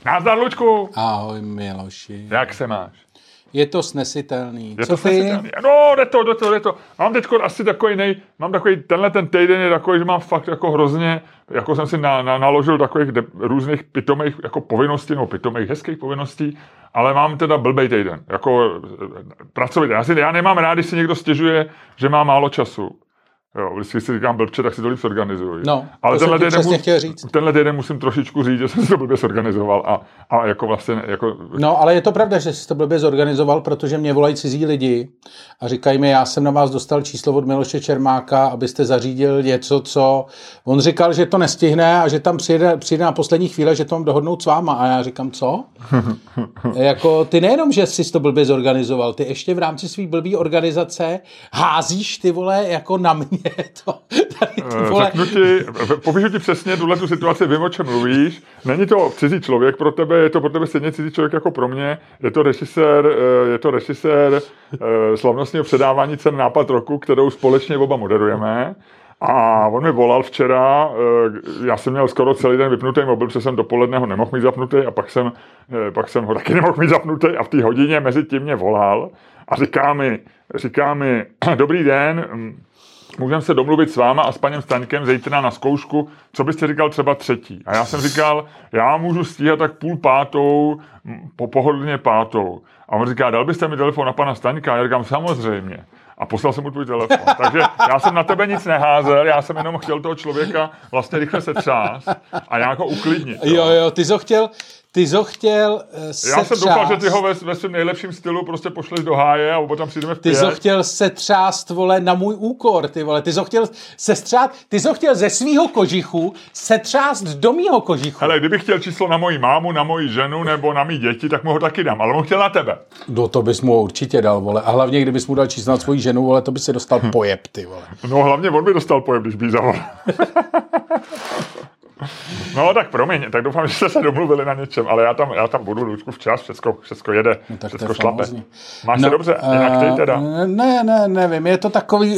Nazdar, Luďku! Ahoj, Miloši. Jak se máš? Je to snesitelný. Je to snesitelný? No, jde to. Mám teď asi mám takový, tenhle ten týden je takový, že mám fakt jako hrozně, jako jsem si naložil takových různých pitomých jako povinností, nebo pitomých hezkých povinností, ale mám teda blbej týden, jako pracovitý. Já nemám rád, když si někdo stěžuje, že má málo času. Jo, když si říkám blbče, tak si to líp zorganizuji. No, ale tenhle týden musím trošičku říct, že jsem si to blbě zorganizoval a jako vlastně... Jako... No, ale je to pravda, že jsi to blbě zorganizoval, protože mě volají cizí lidi a říkají mi, já jsem na vás dostal číslo od Miloše Čermáka, abyste zařídil něco, co... On říkal, že to nestihne a že tam přijde na poslední chvíli, že to mám dohodnout s váma. A já říkám, co? Jako, ty nejenom, že jsi to blbě zorganizoval, ty ještě v rámci svý blbý organizace házíš ty vole jako na mě. Popíšu ti přesně tu situaci, vím, o čem mluvíš. Není to cizí člověk pro tebe, je to pro tebe stejně cizí člověk jako pro mě. Je to režisér slavnostního předávání cen Nápad roku, kterou společně oba moderujeme. A on mi volal včera, já jsem měl skoro celý den vypnutý mobil, protože jsem dopoledne ho nemohl mít zapnutý a pak jsem ho taky nemohl mít zapnutý a v té hodině mezi tím mě volal a říká mi dobrý den, můžeme se domluvit s váma a s panem Staňkem zítra na zkoušku, co byste říkal třeba 3. A já jsem říkal, já můžu stíhat tak 4:30, pohodlně 5. A on říká, dal byste mi telefon na pana Staňka? A já říkám, samozřejmě. A poslal jsem mu tvůj telefon. Takže já jsem na tebe nic neházel, já jsem jenom chtěl toho člověka vlastně rychle setřást a nějak ho uklidnit. Jo, ty jsi ho chtěl Já jsem doufal, že ty ho ve svém nejlepším stylu prostě pošleš do háje a potom přijdeme v 5. Ty jsi ho chtěl setřást, vole, na můj úkor, ty vole. Ty jsi ho chtěl ze svýho kožichu setřást do mýho kožichu. Hele, kdybych chtěl číslo na moji mámu, na moji ženu nebo na mý děti, tak mu ho taky dám, ale on chtěl na tebe. No to bys mu určitě dal, vole. A hlavně, kdybys mu dal číslo na svoji ženu, vole, to by si dostal pojeb, ty vole. No hlavně on by dostal pojeb, když by jí zavolal. No tak promiň, tak doufám, že jste se domluvili na něčem, ale já tam budu, Lučku, včas, všechno jede, no, všechno šlape. Máš se dobře, jinak ty teda. Nevím, je to takový,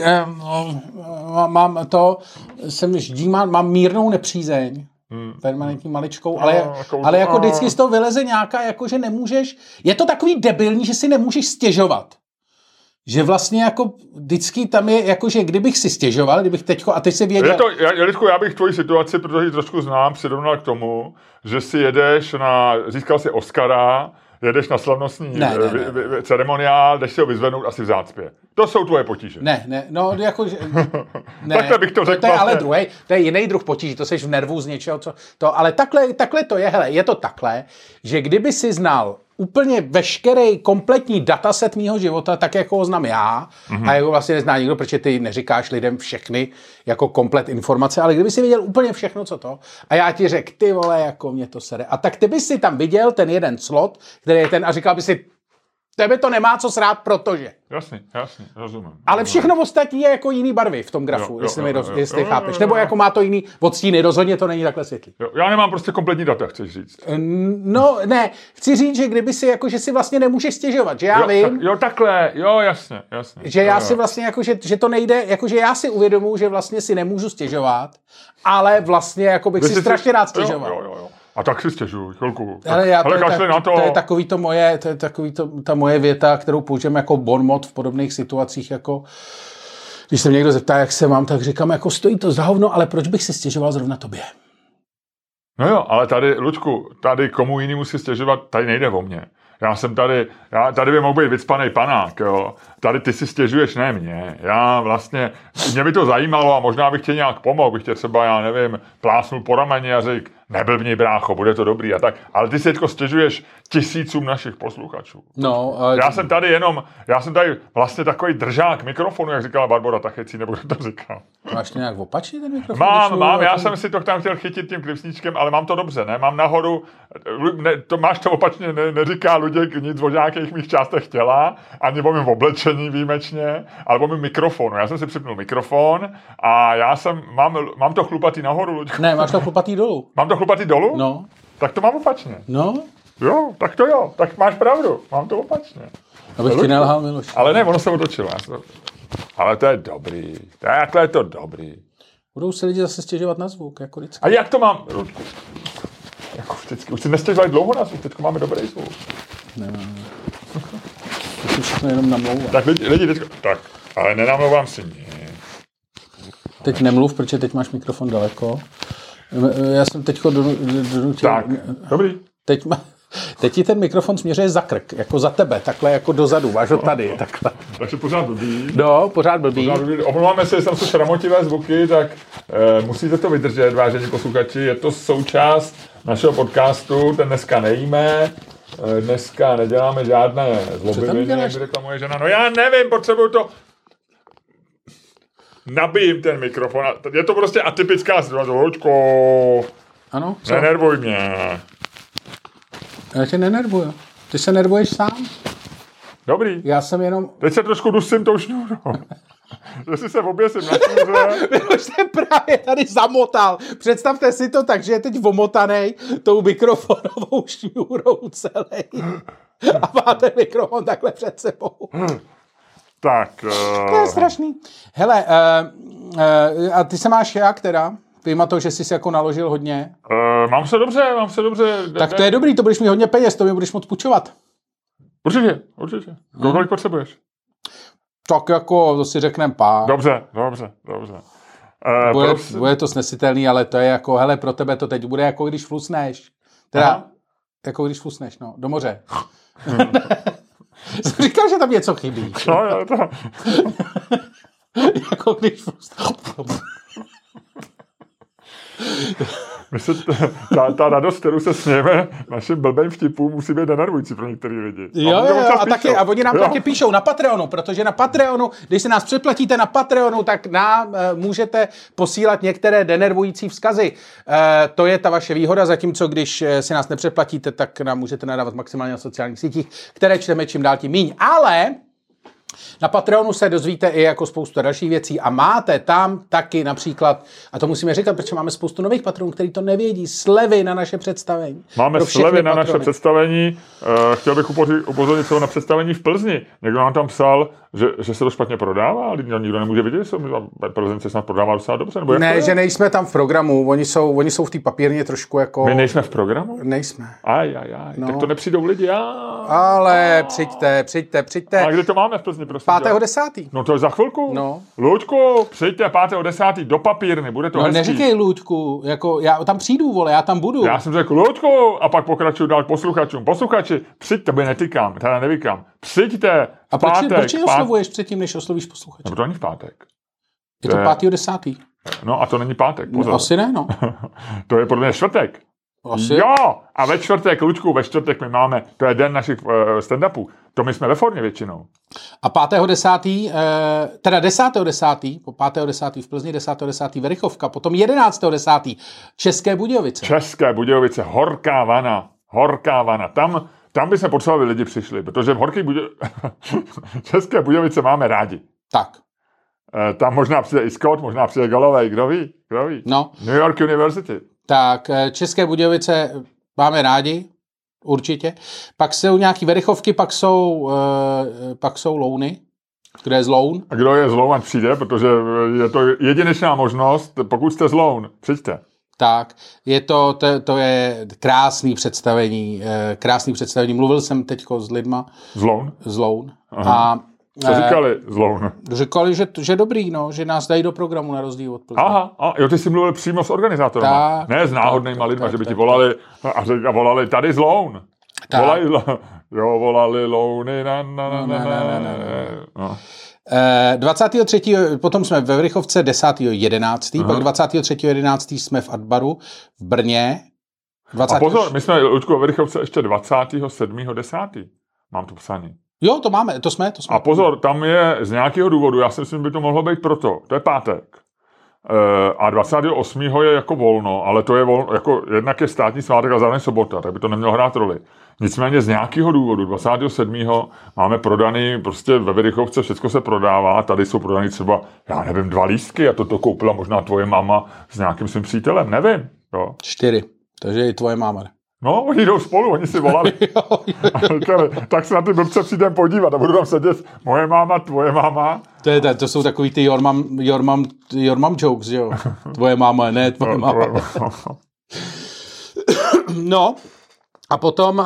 mám mírnou nepřízeň, permanentní maličkou, ale jako vždycky z toho vyleze nějaká, jako že nemůžeš, je to takový debilní, že si nemůžeš stěžovat. Že vlastně jako vždycky tam je, jako že kdybych si stěžoval, kdybych teďko, a teď si věděl... Lidku, já bych tvoji situaci, protože ji trošku znám, přirovnal k tomu, že si jedeš získal si Oscara, jedeš na slavnostní ceremoniál, jdeš si ho vyzvednout asi v zácpě. To jsou tvoje potíže. No jako... Ne, takhle bych to řekl. To je ale druhý, to je jiný druh potíží, to seš v nervu z něčeho, ale takhle to je, hele, je to takhle, že kdyby si znal úplně veškerý kompletní dataset mýho života, tak jako ho znám já, a jako vlastně nezná nikdo, protože ty neříkáš lidem všechny jako komplet informace, ale kdyby si viděl úplně všechno, co to, a já ti řekl, ty vole, jako mě to sere. A tak ty bys si tam viděl ten jeden slot, který je ten, a říkal by si, tebe to nemá co srát, protože. Jasně, rozumím. Ale všechno ostatní je jako jiný barvy v tom grafu, jestli chápeš. Nebo jako má to jiný odstíny, rozhodně to není takhle světlý. Já nemám prostě kompletní data, chceš říct. No, ne, chci říct, že kdyby si, jako, že si vlastně nemůžeš stěžovat, že já vím. Takhle, jasně. Že já si vlastně, jako, že to nejde, jako, že já si uvědomuji, že vlastně si nemůžu stěžovat, ale vlastně jako bych si strašně rád stěžoval. Jo. A tak si stěžuji, chvilku. To je takový ta moje věta, kterou použijeme jako bonmot v podobných situacích, jako když se mě někdo zeptá, jak se mám, tak říkám, jako stojí to za hovno, ale proč bych si stěžoval zrovna tobě? No jo, ale tady, Lučku, komu jinému si stěžovat, tady nejde o mě. Tady by mohl být vycpanej panák, jo. Tady ty si stěžuješ, ne mě. Mě by to zajímalo a možná bych tě nějak pomohl, bych tě třeba, já nevím, plásnul po rameni a řekl, neblbni brácho, bude to dobrý a tak. Ale ty si teďko stěžuješ tisícům našich posluchačů. No, já jsem tady vlastně takový držák mikrofonu, jak říkala Barbora Tachecí, nebo kdo to říkal. Máš to nějak opačně ten mikrofon? Mám, já jsem si to tam chtěl chytit tím klipsníčkem, ale mám to dobře, ne? Mám nahoru, máš to opačně, neříká Luděk nic o nějakých mých částech těla, ani o mým oblečení výjimečně, ale o mým mikrofonu. Já jsem si připnul mikrofon a mám to chlupatý nahoru, Luďku. Ne, máš to chlupatý dolů. Mám to chlupatý dolů? No. Tak to mám opačně. No. Jo, tak máš pravdu, mám to opačně. Abych ti nelhal, Miloš. Ale ne, ono se otočilo. Ale to je dobrý, takhle je to dobrý. Budou se lidi zase stěžovat na zvuk, jako vždycky. A jak to mám? Jako vždycky. Už si nestěžovali dlouho na zvuk, teď máme dobrý zvuk. Ne. To všechno jenom namlouvám. Tak lidi teďko... Tak, ale nenamlouvám si nic. Teď nemluv, protože teď máš mikrofon daleko. Já jsem teďko donutil... Tak, dobrý. Teď ti ten mikrofon směřuje za krk, jako za tebe, takhle jako dozadu, máš ho tady, takhle. Takže pořád blbý. No, pořád blbý. Omlouváme se, že tam jsou šramotivé zvuky, tak musíte to vydržet, vážení posluchači. Je to součást našeho podcastu, ten dneska nejíme, dneska neděláme žádné zlobiviny, jak reklamuje žena. No já nevím, potřebuju to... Nabijím ten mikrofon. Je to prostě atypická situace. Hoďko, ano, co? nenervuj mě. Já tě nenervuju. Ty se nervuješ sám? Dobrý. Já jsem jenom... Teď se trošku dusím tou šňůrou. Jestli se oběsím na šňůře... Vy už jste právě tady zamotal. Představte si to tak, že je teď omotanej tou mikrofonovou šňůrou celý. A máte mikrofon takhle před sebou. Tak... To je strašný. Hele, a ty se máš jak teda? Vyjma to, že jsi si jako naložil hodně. Mám se dobře. Tak to je dobrý, to budeš mít hodně peněz, to mi budeš moct půjčovat. Určitě. Kolik potřebuješ? Tak jako, to si řekneme pár. Dobře. Bude to snesitelný, ale to je jako, hele, pro tebe to teď bude jako když flusneš. Teda, aha. Jako když flusneš, no, do moře. Jsem říkal, že tam něco chybí. No, je to... Jako když flusneš. Ta radost, kterou se smějeme našim blbým vtipům, musí být denervující pro některý lidi. Jo, a oni nám taky píšou na Patreonu, protože na Patreonu, když se nás předplatíte na Patreonu, tak nám můžete posílat některé denervující vzkazy. To je ta vaše výhoda, zatímco když si nás nepředplatíte, tak nám můžete nadávat maximálně na sociálních sítích, které čteme čím dál tím míň. Ale na Patreonu se dozvíte i jako spoustu dalších věcí a máte tam taky například, a to musíme říkat, protože máme spoustu nových patronů, kteří to nevědí, slevy na naše představení. Máme slevy na naše představení. Chtěl bych upozornit na představení v Plzni. Někdo nám tam psal, že se to špatně prodává, ale nikdo nemůže vidět, že Plzeň se snad prodává docela dobře. Nebo ne, že nejsme tam v programu, oni jsou v té papírně trošku jako... My nejsme v programu? Nejsme. No. Tak to nepřijdou lidi. Ale přijďte. A kde to máme v Plzni? 5.10. No to je za chvilku. No. Luďku, přijďte 5.10. do papírny, bude to hezký. Neříkej Luďku, jako já tam přijdu, vole, já tam budu. Já jsem řekl Luďku a pak pokračuju dál k posluchačům. Posluchači, přijďte, by netykám, teda nevykám. Přijďte v pátek. A proč oslovuješ předtím, než oslovíš posluchače? No to není v pátek. Je to 5.10. No a to není pátek, pozor. No, asi ne, no. To je podle mě čtvrtek. Asi? Jo, a ve čtvrtek, Luďku, ve čtvrtek my máme, to je den našich stand-upů, to my jsme ve formě většinou. A 5.10., teda 10.10., po 5.10. v Plzni, 10.10. Verichovka, potom 11.10. České Budějovice, horká vana, tam by se potřebovali lidi přišli, protože v České Budějovice máme rádi. Tak. Tam možná přijde i Scott, možná přijde Galloway, kdo ví? No. New York University. Tak, České Budějovice máme rádi, určitě. Pak jsou nějaký Verichovky, pak jsou Louny. Kdo je z Loun? A kdo je z Loun, ať přijde, protože je to jedinečná možnost, pokud jste z Loun, přijďte. Tak, to je krásný představení. Mluvil jsem teďko s lidma. Z Loun. A co říkali z Loun? Říkali, že dobrý, no, že nás dají do programu na rozdíl od Plzně. Aha, jo, ty jsi mluvil přímo s organizátorem. Ne s náhodnýma lidma, že by ti volali a volali tady z Loun. Volali Louny, no. 23. potom jsme ve Verichovce 10.11. Pak 23.11. jsme v Adbaru v Brně. A pozor, my jsme, Luďku, ve Verichovce ještě 27.10. Mám to psaný. Jo, to máme, to jsme. A pozor, tam je z nějakého důvodu, já si myslím, že by to mohlo být proto, to je pátek. A 28. je jako volno, ale to je volno, jako jednak je státní svátek a zároveň sobota, tak by to nemělo hrát roli. Nicméně z nějakého důvodu 27. máme prodaný, prostě ve Verichovce všechno se prodává, tady jsou prodaný třeba, já nevím, 2 lístky a to koupila možná tvoje máma s nějakým svým přítelem, nevím. Jo. 4, takže i tvoje máma. No, oni jdou spolu, oni si volali. Tak se na ty blbce přijdem podívat a budu tam sedět moje máma, tvoje máma. To jsou takový ty your mom jokes, jo. Tvoje máma, ne tvoje máma. No, a potom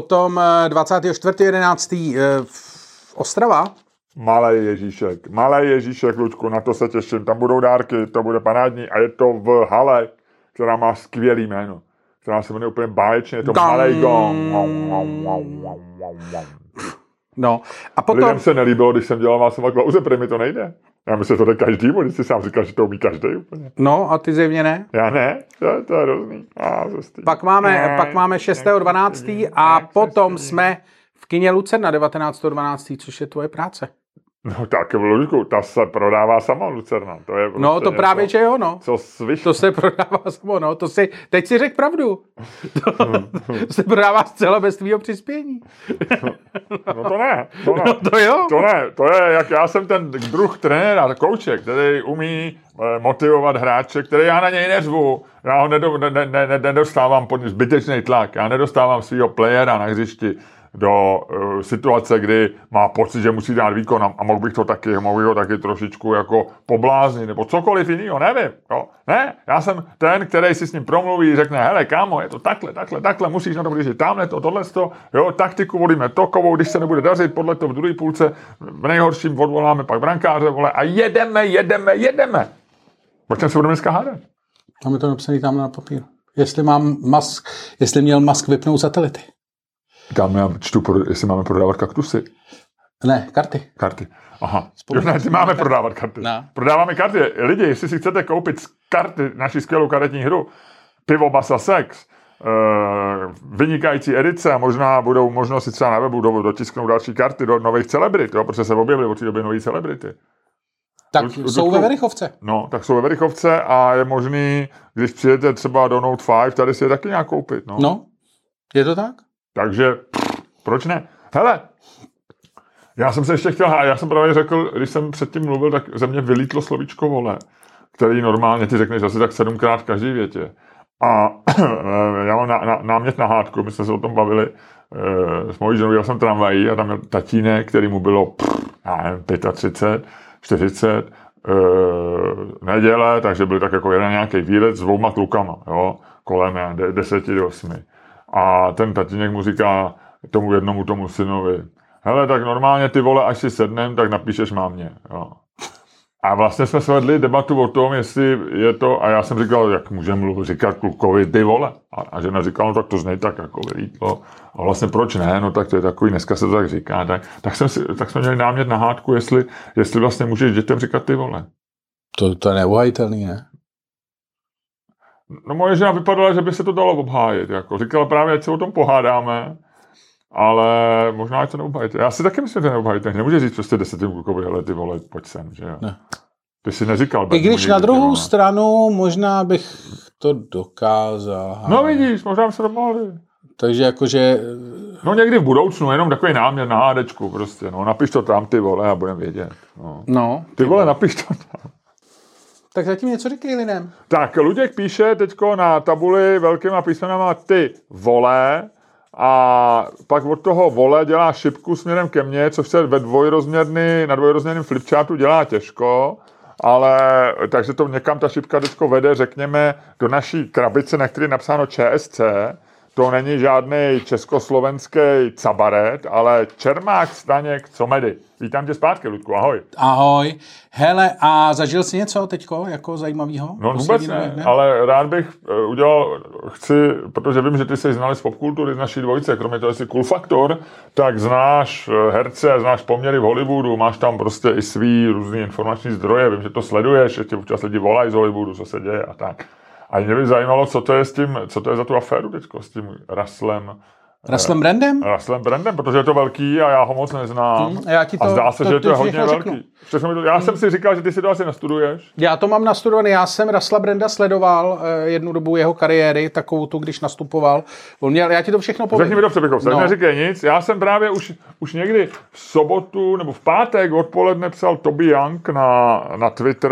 24.11. Ostrava. Malej Ježíšek, Luďku, na to se těším. Tam budou dárky, to bude parádní a je to v hale, která má skvělý jméno. Která se jmenuje úplně báječně, je to Malej Gong. No, a potom... Lidem se nelíbilo, když jsem dělal Václava Klause, protože mi to nejde. Já myslím, že to jde každýmu, když si sám říkal, že to umí každý úplně. No, a ty zjevně ne? Já ne, to je hrozný. Pak máme 6.12. a potom jsme v kině Lucerna 19.12., což je tvoje práce. No tak, Luďku, ta se prodává sama Lucerna. To je prostě no to právě, že jo, no. To se prodává samo, no. Teď si řekl pravdu. To se prodává zcela bez tvýho přispění. No to ne. No to jo. To ne, to je, jak já jsem ten druh trenéra, kouče, který umí motivovat hráče, který já na něj neřvu. Já ho nedostávám pod zbytečný tlak. Já nedostávám svýho playera na hřišti do situace, kdy má pocit, že musí dát výkon a mohl bych ho taky trošičku jako pobláznit, nebo cokoliv jiného, nevím. Jo. Ne, já jsem ten, který si s ním promluví, řekne, hele kámo, je to takhle, musíš na to když tamhle to, tohle to, jo, taktiku volíme takovou, když se nebude dařit, podle toho v druhé půlce, v nejhorším odvoláme pak brankáře, vole, a jedeme. Proč se budeme dneska hádat? Tam je to napsané tam na papíru. Jestli měl Musk vypnout satelity. Tam já čtu, jestli máme prodávat kaktusy. Ne, karty. Aha. Máme prodávat karty. No. Prodáváme karty. Lidi, jestli si chcete koupit karty, naši skvělou karetní hru, Pivo, Basa, Sex, vynikající edice a možná budou možnosti třeba na webu dotisknout další karty do nových celebrit, jo, protože se objevily od té doby nový celebrity. Tak jsou ve Verichovce. No, tak jsou ve Verichovce a je možný, když přijete třeba do Note 5, tady si je taky nějak koupit. No, je to tak? Takže, proč ne? Hele, já jsem se ještě já jsem právě řekl, když jsem předtím mluvil, tak ze mě vylítlo slovíčko vole, který normálně ty řekneš asi tak 7krát v každý větě. A já mám námět na hádku, my jsme se o tom bavili s mojí ženou, jel jsem tramvají a tam měl tatínek, který mu bylo, já nevím, 35, 40, neděle, takže byl tak jako jeden nějaký výlet s 2 klukama, jo, kolem 10 do 8. A ten tatínek mu říká tomu synovi, hele, tak normálně ty vole, až si sednem, tak napíšeš mámě. Jo. A vlastně jsme svedli debatu o tom, jestli je to, a já jsem říkal, jak můžeme říkat klukovi ty vole. A žena říkala, no tak to znej tak jako vylítlo. A vlastně proč ne, no tak to je takový, dneska se to tak říká. Tak jsme měli námět na hádku, jestli vlastně můžeš dětem říkat ty vole. To je neuhajitelný, ne? No moje žena vypadala, že by se to dalo obhájit. Jako. Říkala právě, ať se o tom pohádáme, ale možná ať to neobhájíte. Já si taky myslím, že to neobhájíte. Nemůže říct prostě 10 klukovi, hele ty vole, pojď sem, že jo. Ne. Ty si neříkal. I když na druhou stranu možná bych to dokázal. No vidíš, možná by se to mohli. Takže jakože... No někdy v budoucnu, jenom takový náměr na hádečku prostě, no. Napiš to tam ty vole a budeme vědět. No. Ty vole, napiš to tam. Tak zatím něco říkej lidem. Tak, Luděk píše teďko na tabuli velkýma písmenama ty vole a pak od toho vole dělá šipku směrem ke mně, což se na dvojrozměrném flipchartu dělá těžko, ale takže to někam ta šipka teďko vede, řekněme, do naší krabice, na které je napsáno ČSC. To není žádný československý cabaret, ale Čermák, Staněk, Comedy. Vítám tě zpátky, Ludku, ahoj. Ahoj. Hele, a zažil jsi něco teďko jako zajímavýho? No vůbec ne, ale rád bych protože vím, že ty jsi znali z popkultury z naší dvojice, kromě toho, jestli Cool Factor, tak znáš herce, znáš poměry v Hollywoodu, máš tam prostě i svý různý informační zdroje, vím, že to sleduješ, ještě občas lidi volají z Hollywoodu, co se děje a tak. A mě by zajímalo, co to je za tu aféru teďko s tím Russellem Brandem? Russellem Brandem, protože je to velký a já ho moc neznám. A zdá se, že to je hodně velký. Já jsem si říkal, že ty si to asi nastuduješ. Já to mám nastudovaný. Já jsem Russella Branda sledoval jednu dobu jeho kariéry, takovou tu, když nastupoval. Já ti to všechno povím. Řekni mi to přebychovce, neříkej nic. Já jsem právě už někdy v sobotu nebo v pátek odpoledne psal Toby Young na Twitter,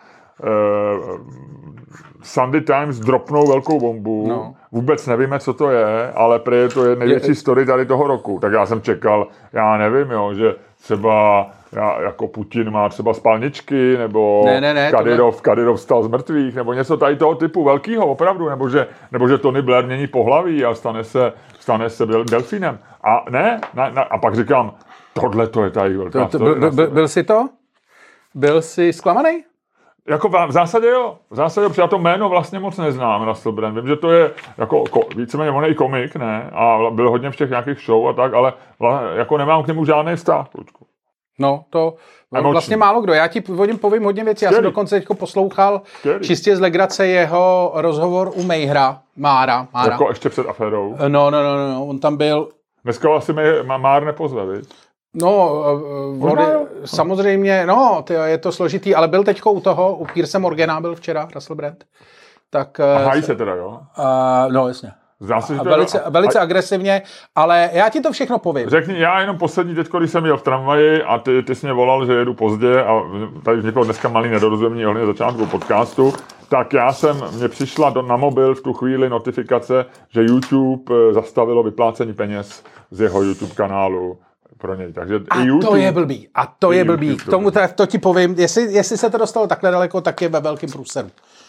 Sunday Times dropnou velkou bombu. No. Vůbec nevíme, co to je, ale prý to je největší story tady toho roku. Tak já jsem čekal, já nevím, že třeba jako Putin má třeba spalničky, nebo ne, Kadyrov vstal z mrtvých, nebo něco tady toho typu velkýho opravdu, nebo že Tony Blair mění pohlaví a stane se delfínem. A a pak říkám, tohle to je tady velká Byl jsi to? Byl jsi zklamaný? Jako v zásadě jo, protože já to jméno vlastně moc neznám, Russell Brand. Vím, že to je jako víceméně on je i komik, ne? A byl hodně v těch nějakých show a tak, ale jako nemám k němu žádný vztah. No, to vlastně málo kdo. Já ti povím hodně věcí. Já jsem dokonce teďko poslouchal čistě z legrace jeho rozhovor u Mára. Jako ještě před aférou. No, on tam byl. Dneska asi Már nepozve, viď? No, samozřejmě, je to složitý, ale byl teďko u Pierce Morgana byl včera, Russell Brand. Tak, a hájí se teda, jo? No, jasně. Zdá se, že velice agresivně, ale já ti to všechno povím. Řekni, já jenom poslední teďko, když jsem jel v tramvaji a ty jsi mě volal, že jedu pozdě a tady vzniklo dneska malý nedorozumění ohledně začátku podcastu, tak mě přišla na mobil v tu chvíli notifikace, že YouTube zastavilo vyplácení peněz z jeho YouTube kanálu pro něj. Takže to je blbý. K tomu to ti povím, jestli se to dostalo takhle daleko, tak je ve velkým průseru.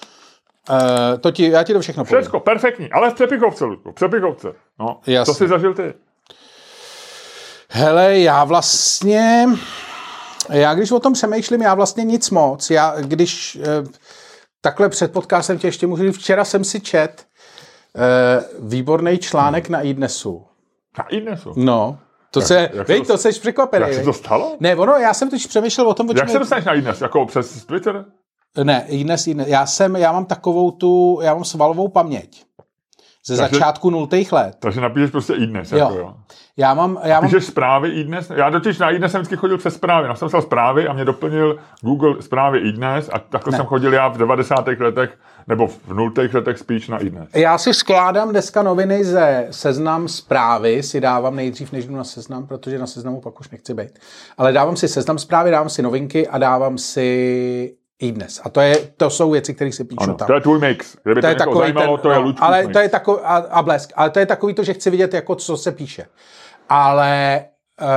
Já ti to všechno povím. Všechno, perfektní, ale v přepichovce, Ludku, přepichovce. No, co jsi zažil ty? Hele, když o tom přemýšlím, já vlastně nic moc. Takhle před podcastem tě ještě můžu říct, včera jsem si čet výborný článek na iDnesu. Na iDnesu? No. To seš překvapený. Jak se to stalo? Ne, já jsem totiž přemýšlel o tom, jak se dostaneš na iDnes? Jako přes Twitter? Ne, iDnes. Já mám já mám svalovou paměť. Ze začátku 0. let. Takže napíšeš prostě iDnes. Jo. Píšeš zprávy iDnes? Já totiž na iDnes jsem vždycky chodil přes zprávy. Já jsem psal zprávy a mě doplnil Google zprávy iDnes a takhle jsem chodil já v 90. letech nebo v 0. letech spíš na iDnes. Já si skládám dneska noviny ze Seznam Zprávy, si dávám nejdřív, než jdu na Seznam, protože na Seznamu pak už nechci být. Ale dávám si Seznam Zprávy, dávám si novinky a dávám si iDnes. A to jsou věci, které si píšu tam. To je tvůj mix. Kdyby to někoho zajímalo, to je Lučkův ale mix. To je takový, a blesk. Ale to je takový to, že chci vidět, jako co se píše. Ale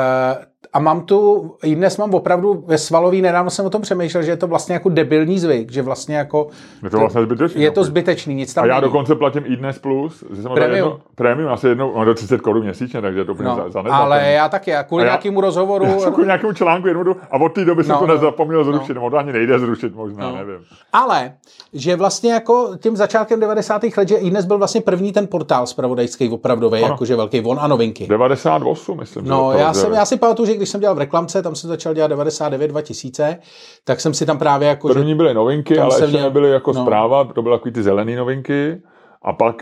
a iDnes mám opravdu ve svalový, nedávno jsem o tom přemýšlel, že je to vlastně jako debilní zvyk, že vlastně jako je to vlastně zbytečný. Je to zbytečný, nic tam a já dokonce platím iDnes Plus, premium asi mám do 30 Kč měsíčně, takže je to úplně zanedbatelné. Ale já taky, kvůli nějakému rozhovoru. Já kvůli nějakému článku a od té doby jsem to nezapomněl zrušit, nebo to ani nejde zrušit možná, nevím. Ale, že vlastně jako tím začátkem 90. let, že iDnes byl vlastně první ten portál zpravodajský opravdový, jakože velký von a novinky. 98, myslím. No, já si pamatuju, že když jsem dělal v reklamce, tam jsem začal dělat 99-2000, tak jsem si tam právě jako... První byly novinky, ale ještě nebyly jako zpráva, to byly takový ty zelený novinky. A pak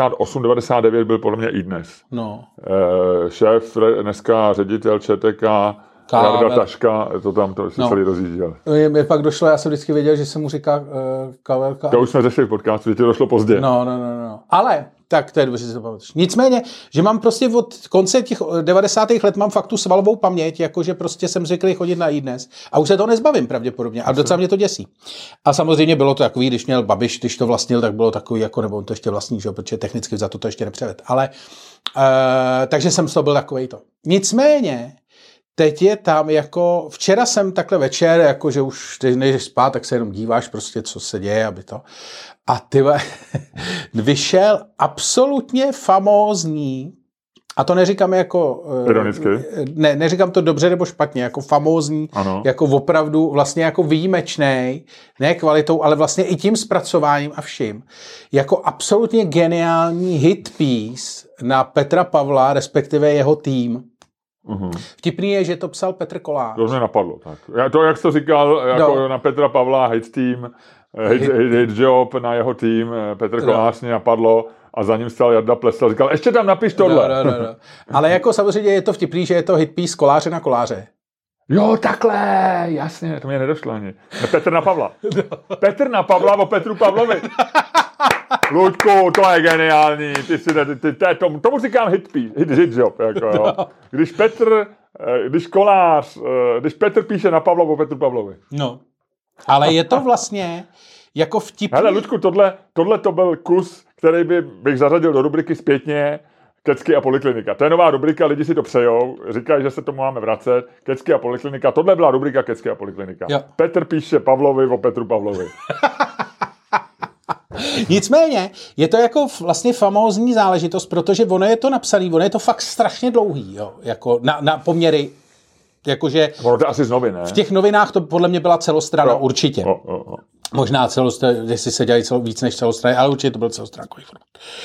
98-99 byl podle mě iDnes. No. Šéf, dneska ředitel ČTK, Jarda Taška, to si celý rozjížděl. Mě pak došlo, já jsem vždycky věděl, že se mu říká Kavelka. To už jsme řešili v podcastu, že ti došlo pozdě. No. Ale, tak to je dobře, že si to pamatuješ. Nicméně, že mám prostě od konce těch 90. let mám fakt tu svalovou paměť, jakože prostě jsem zvyklý chodit na iDnes a už se to nezbavím pravděpodobně a docela mě to děsí. A samozřejmě bylo to takový, když měl Babiš, když to vlastnil, tak bylo takový, jako nebo on to ještě vlastní, že? Protože technicky za to ještě nepřeved. Ale, takže jsem z toho byl takovej to. Nicméně, teď je tam jako, včera jsem takhle večer, jako že už než spát, tak se jenom díváš prostě, co se děje, aby to. A vyšel absolutně famózní, a to neříkám jako... ironicky? Neříkám to dobře nebo špatně, jako famózní, ano. Jako opravdu vlastně jako výjimečnej, ne kvalitou, ale vlastně i tím zpracováním a vším. Jako absolutně geniální hit piece na Petra Pavla, respektive jeho tým. Uhum. Vtipný je, že to psal Petr Kolář. To mě napadlo. Tak. To, jak jsi to říkal, jako na Petra Pavla, hit team, hit job na jeho tým, Petr Kolář mě napadlo a za ním stál Jarda Plesal. Říkal, ještě tam napiš tohle. No. Ale jako samozřejmě je to vtipný, že je to hit piece Koláře na Koláře. Jo, takhle, jasně, to mě nedošlo ani. Petr na Pavla. Petr na Pavla o Petru Pavlovi. Luďku, to je geniální. Tomu říkám hit job. Jako, jo. Když Petr píše na Pavla o Petru Pavlovi. No, ale je to vlastně jako vtipný. Hele, Luďku, tohle to byl kus, který bych zařadil do rubriky zpětně, Kecky a poliklinika. To je nová rubrika, lidi si to přejou, říkají, že se tomu máme vracet. Kecky a poliklinika, tohle byla rubrika Kecky a poliklinika. Jo. Petr píše Pavlovi o Petru Pavlovi. Nicméně, je to jako vlastně famózní záležitost, protože ono je to napsaný, ono je to fakt strašně dlouhý, jo, jako na poměry, jakože... Ono to je asi z novin, ne? V těch novinách to podle mě byla celostrana, určitě. Jo. Možná jestli se dělají víc než celostrany, ale určitě to byl celostránkový formát.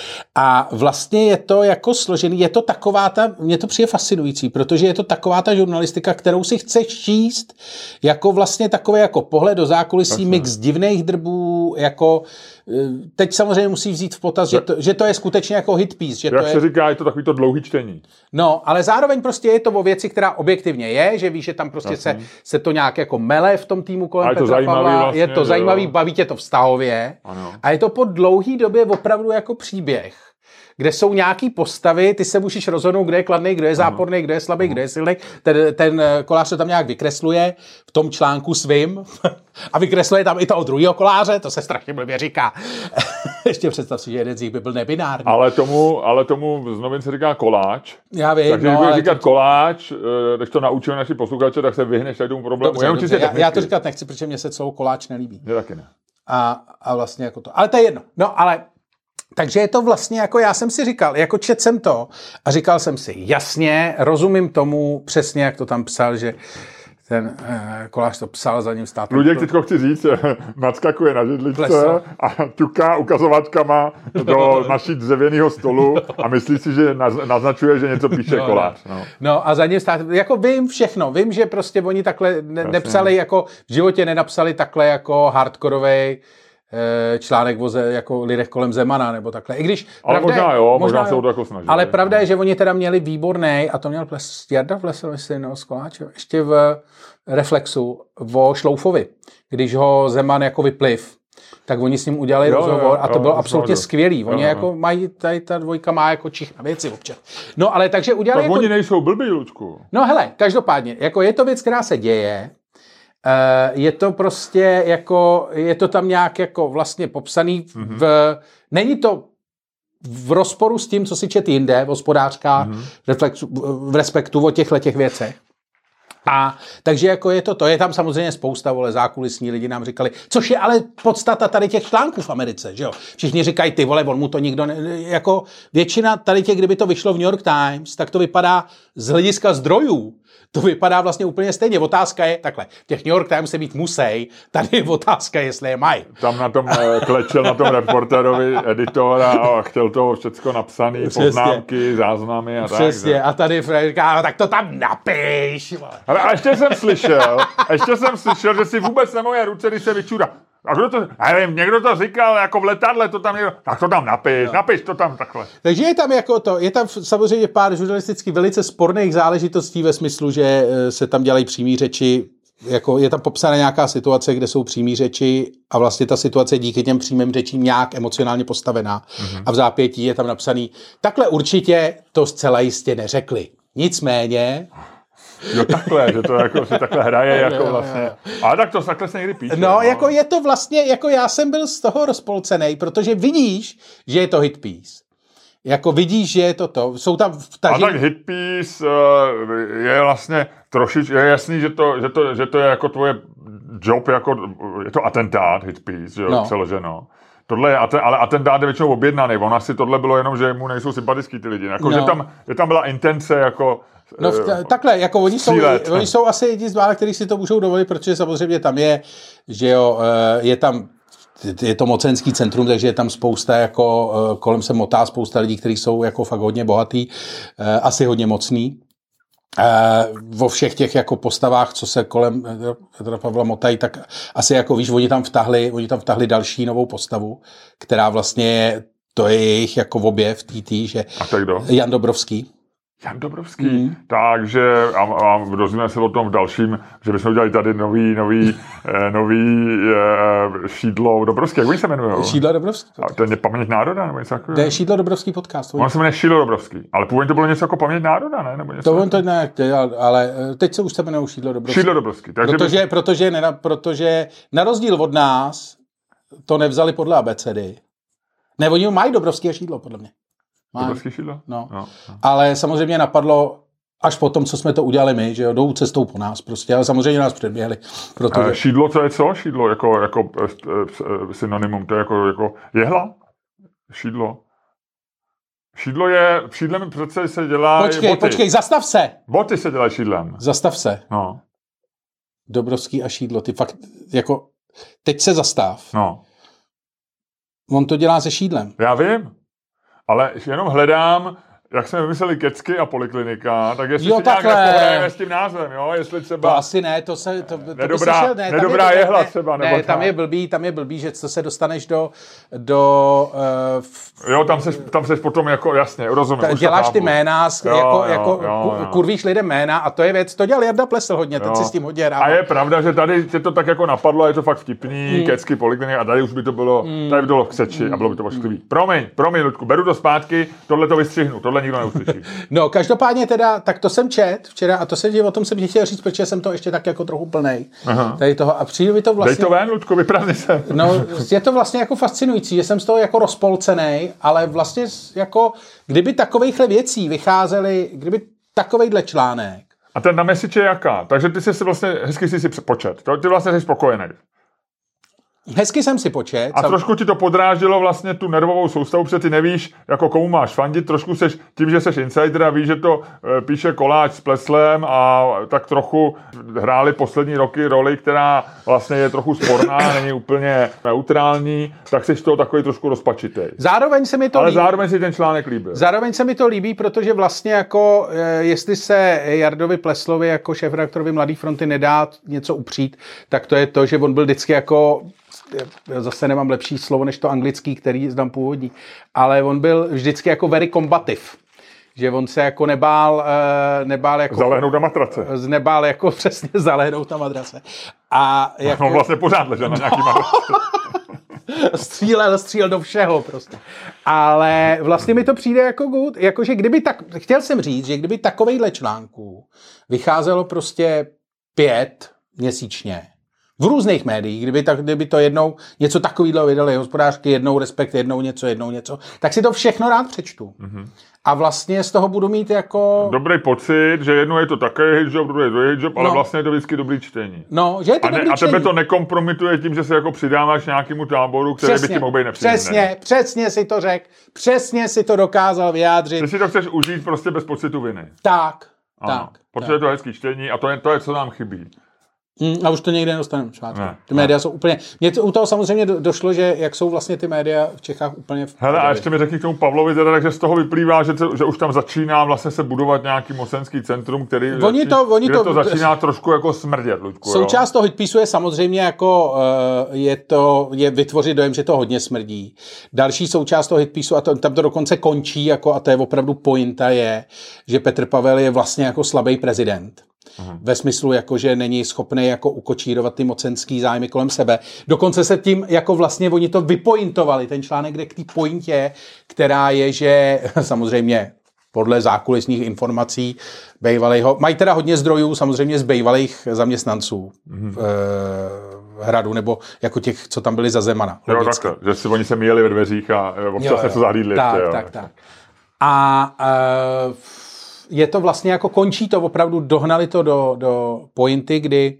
A vlastně je to jako složený, je to taková mně to přijde fascinující, protože je to taková ta žurnalistika, kterou si chceš číst, jako vlastně takový jako pohled do zákulisí, mix divných drbů, jako teď samozřejmě musí vzít v potaz, že to je skutečně jako hit piece. Že jak se říká, je to takový to dlouhý čtení. No, ale zároveň prostě je to o věci, která objektivně je, že víš, že tam prostě se to nějak jako mele v tom týmu kolem Petra Pavla. Vlastně, je to zajímavý, baví tě to vztahově. Ano. A je to po dlouhý době opravdu jako příběh, kde jsou nějaký postavy, ty se můžeš rozhodnout, kdo je kladný, kdo je záporný, kdo je slabý, kdo je silný. Ten kolář to tam nějak vykresluje v tom článku svým a vykresluje tam i toho druhého koláře, to se strašně blbě říká. Ještě představ si, že jeden z nich by byl nebinární. Ale tomu z novin se říká koláč. Já vím. Takže když budeš říkat koláč, když to naučíme naši posluchače, tak se vyhneš tady tomu problému. Dobře. Já to říkat nechci, protože mě se slovo koláč nelíbí. Je taky ne. A vlastně jako to. Ale to je jedno. No, ale takže je to vlastně, jako já jsem si říkal, jako četl jsem to a říkal jsem si, jasně, rozumím tomu přesně, jak to tam psal, že ten kolář to psal, za ním stát. Luděk, teďko chci říct, nadskakuje na židličce a ťuká ukazovačkama do naší dřevěného stolu a myslí si, že naznačuje, že něco píše kolář. No a za ním stát, jako vím všechno, vím, že prostě oni takhle nepsali, jako v životě nenapsali takhle jako hardkorovej článek o jako lidech kolem Zemana, nebo takhle. I když, ale možná se o to jako snažili. Ale pravda je, že oni teda měli výborný, a to měl Jarda Vlesl, myslím, s Koláčem, ještě v Reflexu, o Šloufovi, když ho Zeman jako vypliv, tak oni s ním udělali rozhovor a to bylo absolutně skvělý. Oni jako mají, tady ta dvojka má jako čich na věci občas. No ale takže udělali... Tak jako... oni nejsou blbý, Lučku. No hele, každopádně, jako je to věc, která se děje, je to prostě jako, je to tam nějak jako vlastně popsaný není to v rozporu s tím, co si čet jinde v Hospodářkách, v Respektu o těch věcech. A takže jako je tam samozřejmě spousta zákulisní lidi nám říkali, což je ale podstata tady těch článků v Americe, že jo. Všichni říkají, ty vole, on mu to nikdo jako většina tady těch, kdyby to vyšlo v New York Times, tak to vypadá z hlediska zdrojů. To vypadá vlastně úplně stejně. Otázka je takhle. V těch New York Times se být musí, tady je otázka, jestli je mají. Tam na tom klečel na tom reportérovi editor a chtěl to všecko napsané, poznámky, záznamy a tak. Přesně. A tady Fred říká, tak to tam napiš. Ale a ještě jsem slyšel, že si vůbec nemoje ruce, když se vyčurá. A kdo to, nevím, někdo to říkal, jako v letadle, to tam někdo, tak to tam napiš to tam takhle. Takže je tam jako to, je tam samozřejmě pár žurnalisticky velice sporných záležitostí ve smyslu, že se tam dělají přímý řeči, jako je tam popsána nějaká situace, kde jsou přímý řeči a vlastně ta situace je díky těm přímým řečím nějak emocionálně postavená. A v zápětí je tam napsaný, takhle určitě to zcela jistě neřekli. Nicméně... Jo, takhle, že to jako se takhle hraje, jako vlastně. Ale tak to takhle se někdy píše. No, jako je to vlastně, jako já jsem byl z toho rozpolcenej, protože vidíš, že je to hit piece. Jako vidíš, že je to. Jsou tam vtažení. A tak hit piece je vlastně trošičku, je jasný, že to je jako tvoje job, jako je to atentát hit piece, že jo, přeloženo. Tohle je, ale atentát je většinou objednaný. On asi tohle bylo jenom, že mu nejsou sympatický ty lidi. Jako, že tam byla intence jako... No takhle, jako oni jsou asi jedni z mála, kteří si to můžou dovolit, protože samozřejmě tam je, že jo, je to mocenský centrum, takže je tam spousta, jako kolem se motá spousta lidí, kteří jsou jako fakt hodně bohatý, asi hodně mocný. Vo všech těch jako postavách, co se kolem Petra Pavla motají, tak asi jako víš, oni tam vtahli další novou postavu, která vlastně to je jejich jako objev že Jan Dobrovský. Jan Dobrovský. Takže a dozvíme se o tom v dalším, že bychom udělali tady nový Šídlo Dobrovský. Jak oni se jmenují? Šídlo Dobrovský. A to je Paměť národa? Nebo něco takového? To je Šídlo Dobrovský podcast. On se jmenuje Šídlo Dobrovský. Ale původně to bylo něco jako Paměť národa, ne? Nebo něco to on to ne, ale teď se už se jmenují Šídlo Dobrovský. Šídlo Dobrovský. Takže protože na rozdíl od nás to nevzali podle abecedy. Ne, oni mají Dobrovský a Šídlo, podle mě. Šídlovský Šídlo? No. Ale samozřejmě napadlo až po tom, co jsme to udělali my, že jo, jdou cestou po nás prostě, ale samozřejmě nás předběhli. Protože... Šídlo, to je co? Šídlo jako synonymum, to je jako jehla? Šídlo. Šídlo je, šídlem přece se dělá boty. Počkej, zastav se! Boty se dělají šídlem. Zastav se. No. Dobrovský a Šídlo, ty fakt, jako, teď se zastav. No. On to dělá se šídlem. Já vím, ale jenom hledám, jak jsme vymysleli kecky a poliklinika, tak jestli si nějak nepohrajeme s tím názvem, jo, jestli třeba... To asi ne, to Nedobrá jehla třeba, nebo ne, tam je blbý, že to se dostaneš do jo, tam seš potom jako, jasně, rozumím. Děláš ty jména, kurvíš lidem jména a to je věc, to dělal Jarda Plesl hodně, teď si s tím hodně hrával. A je pravda, že tady tě to tak jako napadlo a je to fakt vtipný, kecky, poliklinika a tady už by to bylo, tady by to bylo v křeči a bylo by to ošklivý. Promiň, Ludku, beru to zpátky, tohle to vystřihnu, tohle nikdo neuslyší. No, každopádně teda, tak to jsem čet včera a o tom jsem chtěl říct, protože jsem to ještě tak jako trochu plnej. Tady toho a přijde mi to vlastně... Dej to ven, Ludku, vyprázdni se. No, je to vlastně jako fascinující, že jsem z toho jako rozpolcenej, ale vlastně jako, kdyby takovejhle věcí vycházely, kdyby takovejhle článek. A ten na message je jaká? Takže ty jsi vlastně, hezky jsi si počet. Ty vlastně jsi spokojený. Hezky jsem si počet. A trošku ti to podráždilo vlastně tu nervovou soustavu, protože ty nevíš, jako komu máš fandit, trošku seš, tím, že seš insider a víš, že to píše Koláč s Pleslem a tak trochu hráli poslední roky roli, která vlastně je trochu sporná, není úplně neutrální, tak seš to takový trošku rozpačitej. Zároveň se mi to líbí. Zároveň si ten článek líbil. Zároveň se mi to líbí, protože vlastně jako, jestli se Jardovi Pleslovi jako šéfredaktorovi Mladé fronty nedá něco upřít, tak to je to, že on byl vždycky jako zase nemám lepší slovo než to anglický, který znám původní, ale on byl vždycky jako very combative. Že on se jako nebál jako... Zalehnout na matrace. Nebál jako přesně zalehnout na matrace. A jako... On vlastně pořád ležel na nějaký matrace. Střílel do všeho prostě. Ale vlastně mi to přijde jako good, jakože chtěl jsem říct, že kdyby takovejhle článků vycházelo prostě 5 měsíčně, v různých médiích, kdyby to jednou něco takového vydali Hospodářky, jednou Respekt, jednou něco, tak si to všechno rád přečtu. Mm-hmm. A vlastně z toho budu mít jako... Dobrý pocit, že jednou je to takový hijab, druhý je druhý hijab, ale vlastně je to vždycky dobrý čtení. No, že je to dobrý čtení. A tebe to nekompromituje tím, že se jako přidáváš nějakému táboru, který by ti mohl být nepříjemný. Přesně si to řekl, přesně si to dokázal vyjádřit. Ty si to chceš užít prostě bez pocitu viny. Tak. Protože je to hezký čtení a to je, co nám chybí. A už to někde nedostaneme. Ty média jsou úplně... Mně u toho samozřejmě došlo, že jak jsou vlastně ty média v Čechách úplně... Hele, a ještě mi řekni k tomu Pavlovi, teda, takže z toho vyplývá, že už tam začíná vlastně se budovat nějaký mocenský centrum, který to začíná trošku jako smrdět, Luďku. Součást toho hitpisu je samozřejmě jako je vytvořit dojem, že to hodně smrdí. Další součást toho hitpisu, a tam to dokonce končí, jako, a to je opravdu pointa, je, že Petr Pavel je vlastně jako slabý prezident. Ve smyslu, jako, že není schopný jako ukočírovat ty mocenský zájmy kolem sebe. Dokonce se tím, jako vlastně oni to vypointovali, ten článek, kde k té pointě, která je, že samozřejmě podle zákulisních informací bejvalejho, mají teda hodně zdrojů samozřejmě z bejvalých zaměstnanců Hradu, nebo jako těch, co tam byli za Zemana. Jo, takhle, že si oni se míjeli ve dveřích a občas se zahlídli. Tak. A je to vlastně jako končí to, opravdu dohnali to do pointy, kdy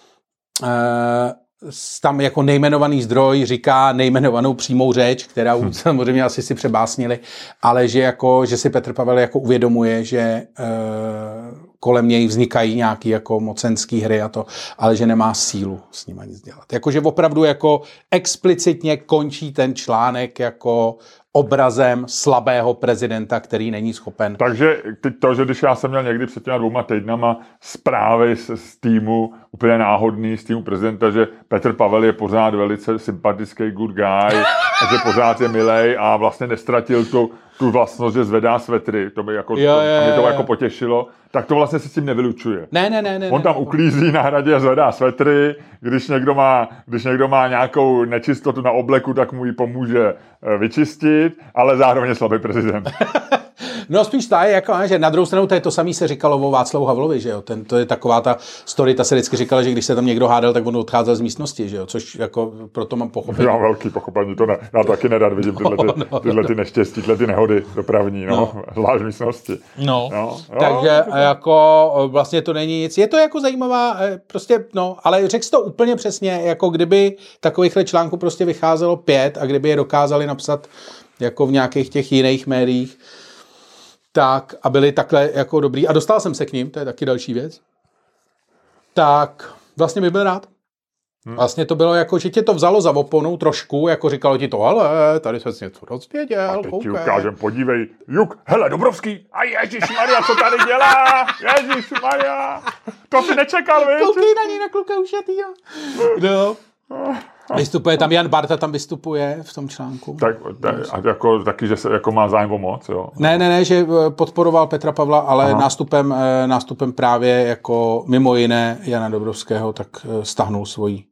tam jako nejmenovaný zdroj říká nejmenovanou přímou řeč, která samozřejmě asi si přebásnili, ale že si Petr Pavel jako uvědomuje, že kolem něj vznikají nějaký jako mocenský hry a to, ale že nemá sílu s nima nic dělat. Jakože opravdu jako explicitně končí ten článek jako obrazem slabého prezidenta, který není schopen. Takže to, že když já jsem měl někdy před těma 2 týdnama zprávy z týmu, úplně náhodný z týmu prezidenta, že Petr Pavel je pořád velice sympatický good guy a že pořád je milej a vlastně nestratil tu vlastnost, že zvedá svetry, to by jako, mě to jako potěšilo, tak to vlastně se s tím nevylučuje. Ne. On tam uklízí na hradě a zvedá svetry, když někdo má nějakou nečistotu na obleku, tak mu ji pomůže vyčistit, ale zároveň je slabý prezident. No spíš ta je jako, že na druhou stranu to je to samé se říkalo o Václavu Havlovi, že jo, to je taková ta story, ta se vždycky říkala, že když se tam někdo hádal, tak on odcházel z místnosti, že jo, což jako proto mám pochopení. Já mám velký pochopení, to ne, já to taky nerad vidím tyhle ty neštěstí, tyhle ty nehody dopravní, zvlášť místnosti. Takže jako vlastně to není nic, je to jako zajímavá, prostě, ale řekl jsi to úplně přesně, jako kdyby takovýchhle článků prostě vycházelo 5 a kdyby je dokázali napsat jako v nějakých těch jiných médiích, tak a byli takhle jako dobrý. A dostal jsem se k ním, to je taky další věc. Tak vlastně bych byl rád. Vlastně to bylo jako, že tě to vzalo za oponu trošku, jako říkalo ti to, ale tady se něco dozvěděl. A teď ti ukážem, podívej, Juk, hele, Dobrovský, a ježišmarja, co tady dělá? Ježišmarja, to si nečekal, víš? Koukej na něj, na kluka ušatýho. No. Vystupuje tam, Jan Barta tam vystupuje v tom článku. Tak jako, taky, že se jako má zájem o moc, jo? Ne, že podporoval Petra Pavla, ale nástupem právě jako mimo jiné Jana Dobrovského, tak stáhnul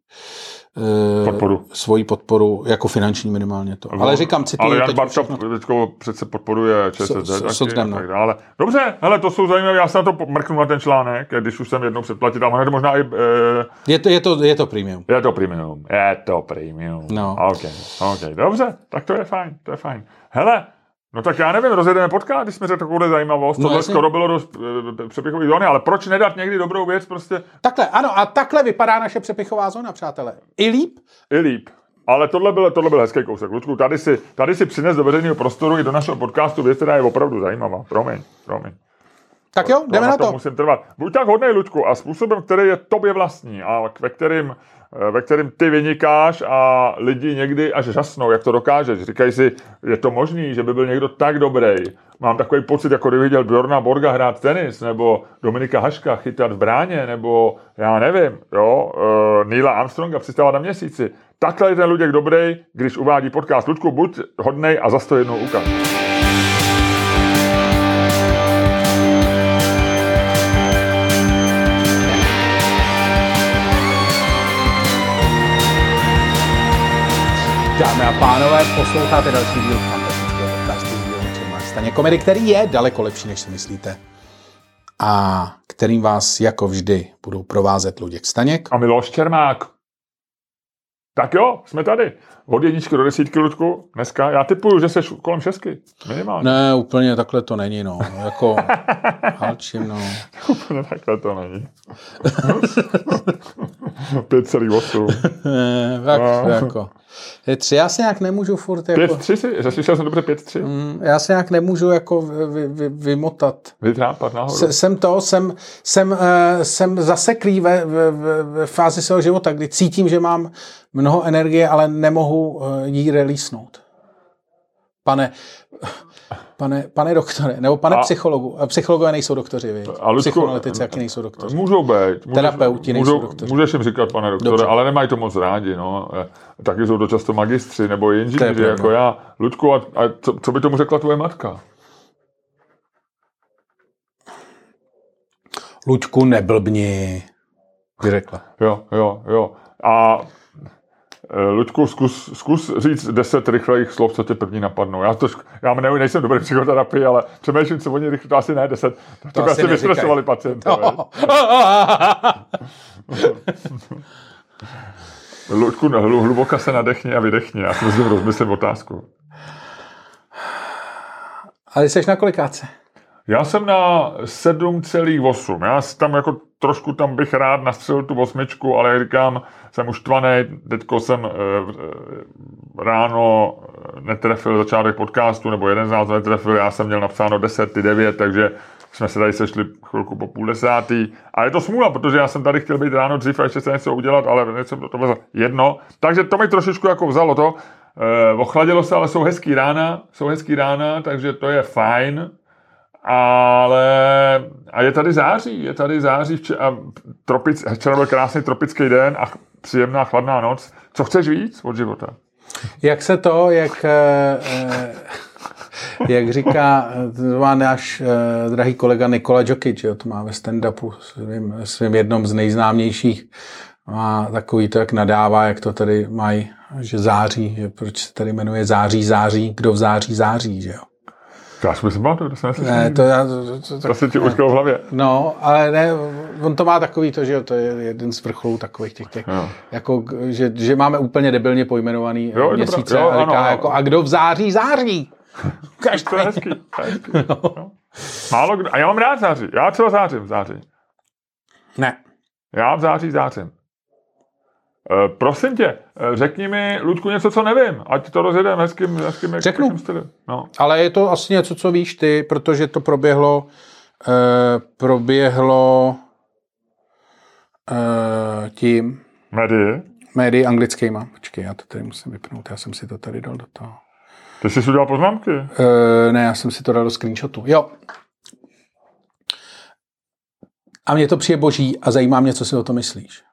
svoji podporu jako finanční minimálně to. Ale říkám, cituju. Ale Jan Barta přece podporuje ČSSD taky a tak dále. Dobře, hele, to jsou zajímavé, já se na to mrknu na ten článek, když už jsem jednou předplatil, ale možná i... Je to premium. Je to premium. No. OK, dobře, tak to je fajn. Hele, no tak já nevím, rozjedeme podcast, když jsme řekli takovou zajímavost, tohle skoro bylo do přepichových zóny, ale proč nedat někdy dobrou věc prostě? Takhle, ano, a takhle vypadá naše přepichová zóna, přátelé. I líp. Ale tohle byl hezký kousek. Lučku, tady si přines do veřejného prostoru i do našeho podcastu věc, která je opravdu zajímavá. Promiň. Tak jo, jdeme na to. Musím trvat. Buď tak hodnej, Lučku, a způsobem, který je tobě vlastní a ve kterým ty vynikáš a lidi někdy až žasnou, jak to dokážeš. Říkají si, je to možný, že by byl někdo tak dobrý. Mám takový pocit, jako kdyby viděl Bjorna Borga hrát tenis, nebo Dominika Haška chytat v bráně, nebo já nevím, Neila Armstronga přistávat na Měsíci. Takhle je ten Luděk dobrý, když uvádí podcast. Luďku, buď hodnej a zas to jednou ukáž. Dámy a pánové, posloucháte další díl fantastického podcastu s dílem Staněk komedy, který je daleko lepší, než si myslíte. A kterým vás jako vždy budou provázet Luděk Staněk a Miloš Čermák. Tak jo, jsme tady. Od 1 do 10, Luďku, dneska. Já tipuju, že seš kolem 6. Minimálně. Ne, úplně takhle to není, Jako halčím, Úplně takhle to není. 5,8. Tak, jako. Je 3, já se nějak nemůžu furt jako... 5,3 slyšel jsem dobře 5,3? Já se nějak nemůžu jako vymotat. Vytrápat nahoru. Jsem zaseklý ve fázi svého života, kdy cítím, že mám mnoho energie, ale nemohu jí releasenout. Pane doktore, nebo pane psychologu. Psychologové nejsou doktoři, víš? Psychoanalytici jaký nejsou doktoři. Můžou být. Terapeuti nejsou doktoři. Můžeš jim říkat, pane doktore, dobře. Ale nemají to moc rádi, Taky jsou to často magistři nebo inženýři, jako já. Luďku, a co by tomu řekla tvoje matka? Luďku, neblbni, by řekla. Jo. A Luďku, zkus říct 10 rychlejch slov, co tě první napadnou. Já nejsem dobrý v psychoterapii, ale přemýšlím, co oni rychle, to asi ne 10. To asi vystresovali pacienta. Luďku, hluboka se nadechni a vydechni. Já si rozmyslím otázku. Ale jsi na kolikáce? Já jsem na 7,8. Já tam jako trošku tam bych rád nastřelil tu 8, ale jak říkám, jsem už štvanej. Teďko jsem ráno netrefil začátek podcastu, nebo jeden z nás netrefil, já jsem měl napsáno 10:09, takže jsme se tady sešli chvilku po 9:30. A je to smůla, protože já jsem tady chtěl být ráno dřív a ještě se něco udělat, ale něco to bylo jedno. Takže to mi trošičku jako vzalo to. Ochladilo se, ale jsou hezký rána, takže to je fajn. Ale a je tady září a včera byl krásný tropický den a příjemná chladná noc. Co chceš víc od života? Jak říká náš drahý kolega Nikola Jokic, to má ve stand-upu svým jednom z nejznámějších, má takový to, jak nadává, jak to tady mají, že září, že proč se tady jmenuje září, kdo v září, že jo. To já si pamatuju, to jsem neslyšel. Ne, to se ti utkalo v hlavě. No, ale ne, on to má takový to, že to je jeden z vrcholů takových těch jako, že máme úplně debilně pojmenovaný měsíce. A kdo v září? To je hezký. No. Málo kdo. A já mám rád září. Já třeba zářím v září. Ne. Já v září zářím. Prosím tě, řekni mi, Luďku, něco, co nevím. Ať to rozjedeme hezkým Řeknu. stylu. No. Ale je to asi něco, co víš ty, protože to proběhlo tím médii anglickýma. Počkej, já to tady musím vypnout. Já jsem si to tady dal do toho. Ty jsi udělal poznámky? Ne, já jsem si to dal do screenshotu. Jo. A mně to přijde boží a zajímá mě, co si o to myslíš.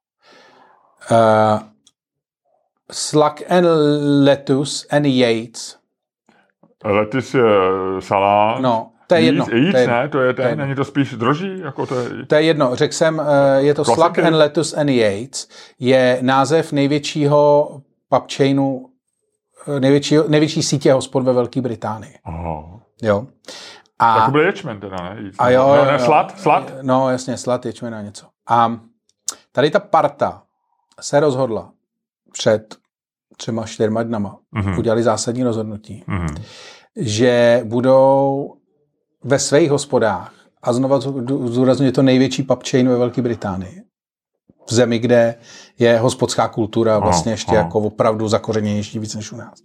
Slack and lettuce and Yates. Lettuce je salát. No, to je jedno. Není to spíš droží? Jako to je jedno. Řekl jsem, je to klasiky. Slack and lettuce and Yates. Je název největšího pub chainu, největší sítě hospod ve Velké Británii. Oh. Jo. Tak to bude ječmen teda, ne? A jo, no, ne, slad? No, jasně, slad, ječmen a něco. A tady ta parta se rozhodla před 3-4 dnama, udělali zásadní rozhodnutí, že budou ve svých hospodách, a znova zdůrazňuji, to největší pub chain ve Velké Británii, v zemi, kde je hospodská kultura vlastně ještě jako opravdu zakořeněnější víc než u nás,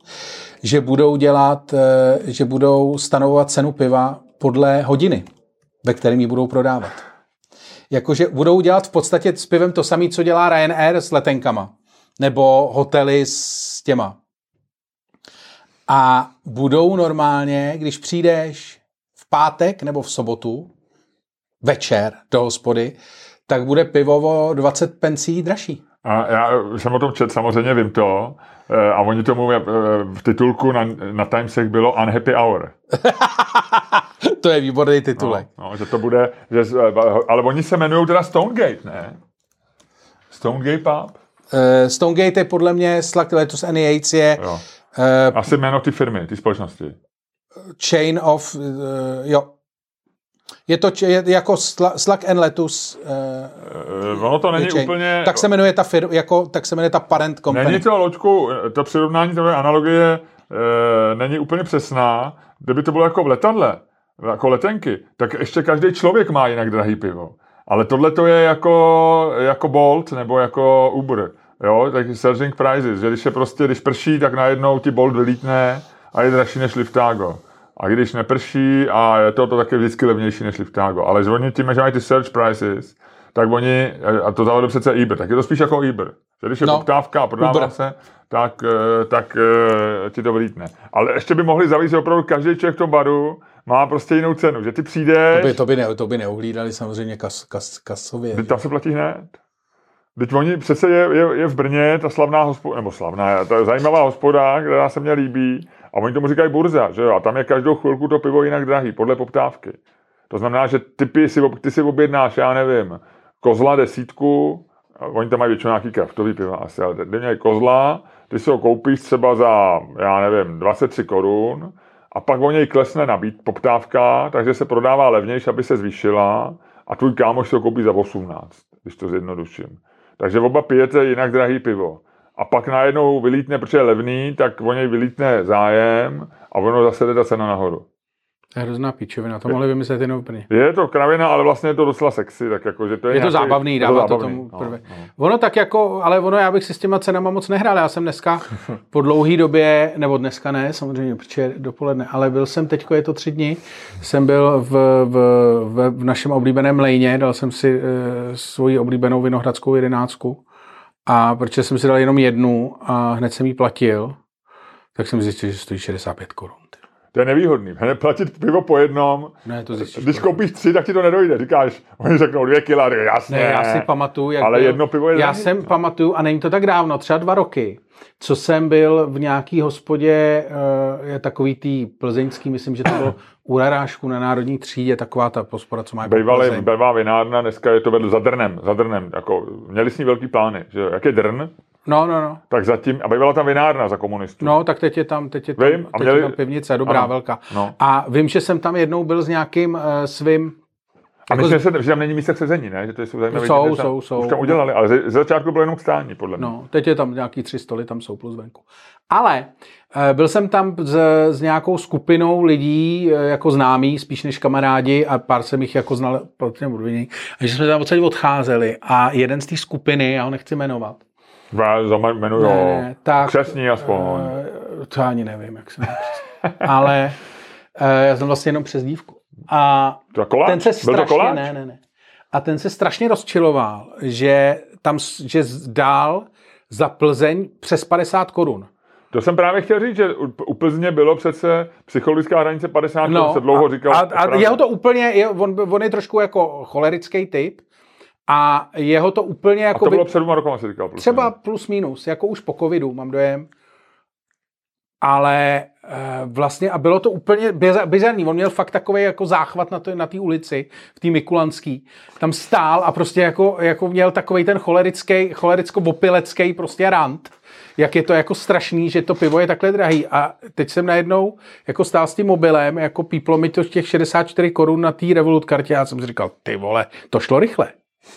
že budou stanovovat cenu piva podle hodiny, ve kterém ji budou prodávat. Jakože budou dělat v podstatě s pivem to samé, co dělá Ryanair s letenkama. Nebo hotely s těma. A budou normálně, když přijdeš v pátek nebo v sobotu večer do hospody, tak bude pivo o 20 pencí dražší. A já jsem o tom četl, samozřejmě vím to. A oni tomu v titulku na Timesech bylo Unhappy Hour. To je výborný titulek. No, že to bude, ale oni se jmenují teda Stonegate, ne? Stonegate Pub? Stonegate je podle mě Slack, Lettuce and Yates je... Asi jméno ty firmy, ty společnosti. Chain of... jo. Je to jako Slack and Lettuce... ono to není úplně... Tak se jmenuje ta firma, tak se jmenuje ta parent company. Není to, Loďku, to přirovnání, to analogie není úplně přesná. Kdyby to bylo jako v letadle, jako letenky, tak ještě každý člověk má jinak drahý pivo. Ale tohle to je jako Bolt nebo jako Uber. Jo, tak surging prices, že když prší, tak najednou ti Bolt vylítne a je dražší než Liftago. A když neprší a je to taky vždycky levnější než Liftago. Ale oni tím, že mají ty surge prices, tak oni, a to zavedou přece Uber, tak je to spíš jako Uber. Že když je poptávka a prodává Uber se, tak ti to vylítne. Ale ještě by mohli zavést, že opravdu každý člověk v tom baru má prostě jinou cenu, že ty přijdeš... To by neuhlídali samozřejmě kasově. Tam se platí hned. Teď oni přece je v Brně ta slavná hospoda, nebo slavná, ta zajímavá hospoda, která se mně líbí, a oni tomu říkají burza, že jo, a tam je každou chvilku to pivo jinak drahý, podle poptávky. To znamená, že ty si objednáš, já nevím, kozla 10, oni tam mají většinou nějaký kraftový piva asi, ale ty mějí kozla, ty si ho koupíš třeba za, já nevím, 23 korun, a pak o něj klesne poptávka, takže se prodává levnější, aby se zvýšila, a tvůj kámoš si ho koupí za 18, když to zjednoduším. Takže oba pijete jinak drahý pivo. A pak najednou vylítne, protože je levný, tak o něj vylítne zájem a ono zase jde ta cena nahoru. To je hrozná píčovina, to mohli vymyslet jenom úplně. Je to kravina, ale vlastně je to docela sexy, tak jako, že to je to zábavný, dává to tomu prvé. No. Ono tak jako, ale já bych si s těma cenama moc nehrál, já jsem dneska po dlouhý době, nebo dneska ne, samozřejmě, protože dopoledne, ale byl jsem teďko, je to 3 dny, jsem byl v našem oblíbeném Lejně, dal jsem si svoji oblíbenou vinohradskou 11, a protože jsem si dal jenom jednu a hned jsem ji platil, tak jsem zjistil, že stojí 65 korun. To je nevýhodný. Hned platit pivo po jednom. Ne, to zjistíš. Když koupíš 3, tak ti to nedojde. Říkáš, oni řeknou 2 kila, jasně. Ne, já si pamatuju, ale jedno pivo je já jsem pamatuju, a není to tak dávno, třeba 2 roky, co jsem byl v nějaký hospodě, je takový tý plzeňský, myslím, že to bylo u Rarášku na Národní třídě, taková ta hospoda, co má Bývalá vinárna, dneska je to vedle za Drnem, jako měli s ní velký plány, že jo, jak je Drn, No. Tak zatím, a bývala tam vinárna za komunistů. No, tak teď je tam pivnice, dobrá, velká. No. A vím, že jsem tam jednou byl s nějakým svým... A myslím, že tam není místa k sezení, ne? Že to jsou zajímavé. Jsou. Už tam udělali, ale ze začátku bylo jenom k stání, podle mě. No, teď je tam nějaký 3 stoly, tam jsou plus venku. Ale byl jsem tam s nějakou skupinou lidí, jako známí, spíš než kamarádi, a pár jsem jich jako znal, a že jsme tam odsaď odcházeli a jeden z té skupiny, já ho nechci jmenovat. Jmenuji ho křesní aspoň. To ani nevím, jak se jmenuje. Ale já jsem vlastně jenom přes dívku. A ten se strašně, ne. A ten se strašně rozčiloval, že dál za Plzeň přes 50 korun. To jsem právě chtěl říct, že u Plzně bylo přece psychologická hranice 50 korun, se dlouho říkal. A jeho to úplně, on je trošku jako cholerický typ a jeho to úplně jako... A to bylo před 2 rokama, se říkal. Třeba plus minus, jako už po covidu, mám dojem. Ale vlastně, a bylo to úplně bizarní, on měl fakt takový jako záchvat na té ulici, v té Mikulanský. Tam stál a prostě jako měl takovej ten cholericko-opilecký prostě rant, jak je to jako strašný, že to pivo je takhle drahý. A teď jsem najednou jako stál s tím mobilem, jako píplo mi to těch 64 korun na té Revolut kartě a já jsem si říkal, ty vole, to šlo rychle.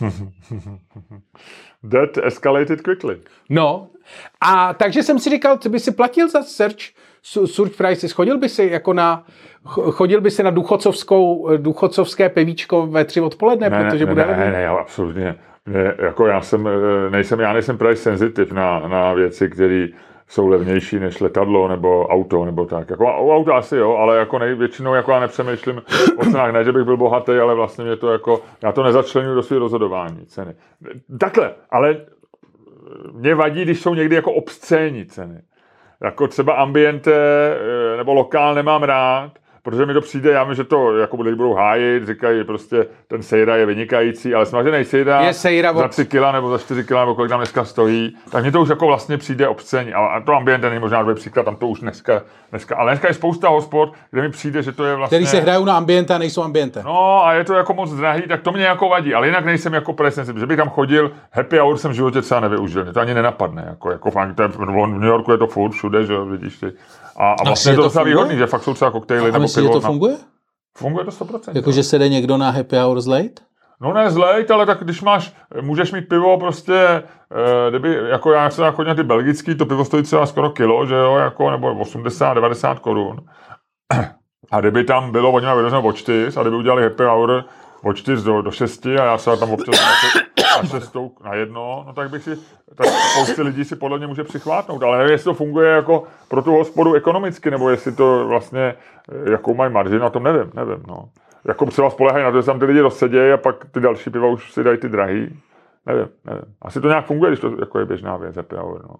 That escalated quickly. No, a takže jsem si říkal, co by si platil za search prices, chodil by si na důchodcovské pivíčko ve 3 odpoledne, protože bude... Ne, absolutně. Ne, jako já nejsem price sensitive na věci, které jsou levnější než letadlo nebo auto nebo tak. Jako o auto asi jo, ale jako většinou jako já nepřemýšlím o cenách, ne, že bych byl bohatý, ale vlastně mě to jako, já to nezačlenuju do svého rozhodování ceny. Takhle, ale mě vadí, když jsou někdy jako obscénní ceny. Jako třeba ambiente nebo lokál nemám rád, protože mi to přijde, já vím, že to jako lidi budou hájit, říkají prostě ten sejra je vynikající, ale smažený sejra za 3 kila nebo za 4 kila nebo kolik tam dneska stojí, tak mně to už jako vlastně přijde obscénní. A to ambiente není možná dobrý příklad, tam to už dneska, ale dneska je spousta hospod, kde mi přijde, že to je vlastně... Který se hrajou na ambiente a nejsou ambiente. No a je to jako moc drahý, tak to mě jako vadí, ale jinak nejsem jako presence, že bych tam chodil, happy hour jsem v životě třeba nevyužil, mě to ani nenapadne, jako fakt, v New Yorku je to furt všude, že vidíš ty. A vlastně je to docela výhodný, že fakt jsou třeba koktejly nebo pivo. A to funguje? Funguje to 100%. Jakože se jde někdo na happy hour zlejt? No ne zlejt, ale tak když můžeš mít pivo prostě, jako já se chodím na ty belgický, to pivo stojí třeba skoro kilo, že jo, jako, nebo 80-90 korun. A kdyby tam bylo, oni mají vyrozenou od 4, a kdyby udělali happy hour od 4 do 6 a já se tam občas na 6 na 1, no tak spousty lidí si podle mě může přichvátnout, ale nevím, jestli to funguje jako pro tu hospodu ekonomicky, nebo jestli to vlastně, jakou mají marži, na tom nevím, no. Jako třeba spolehají na to, že tam ty lidi rozsedějí a pak ty další piva už si dají ty drahý, nevím. Asi to nějak funguje, když to jako je běžná věc, happy hour, no.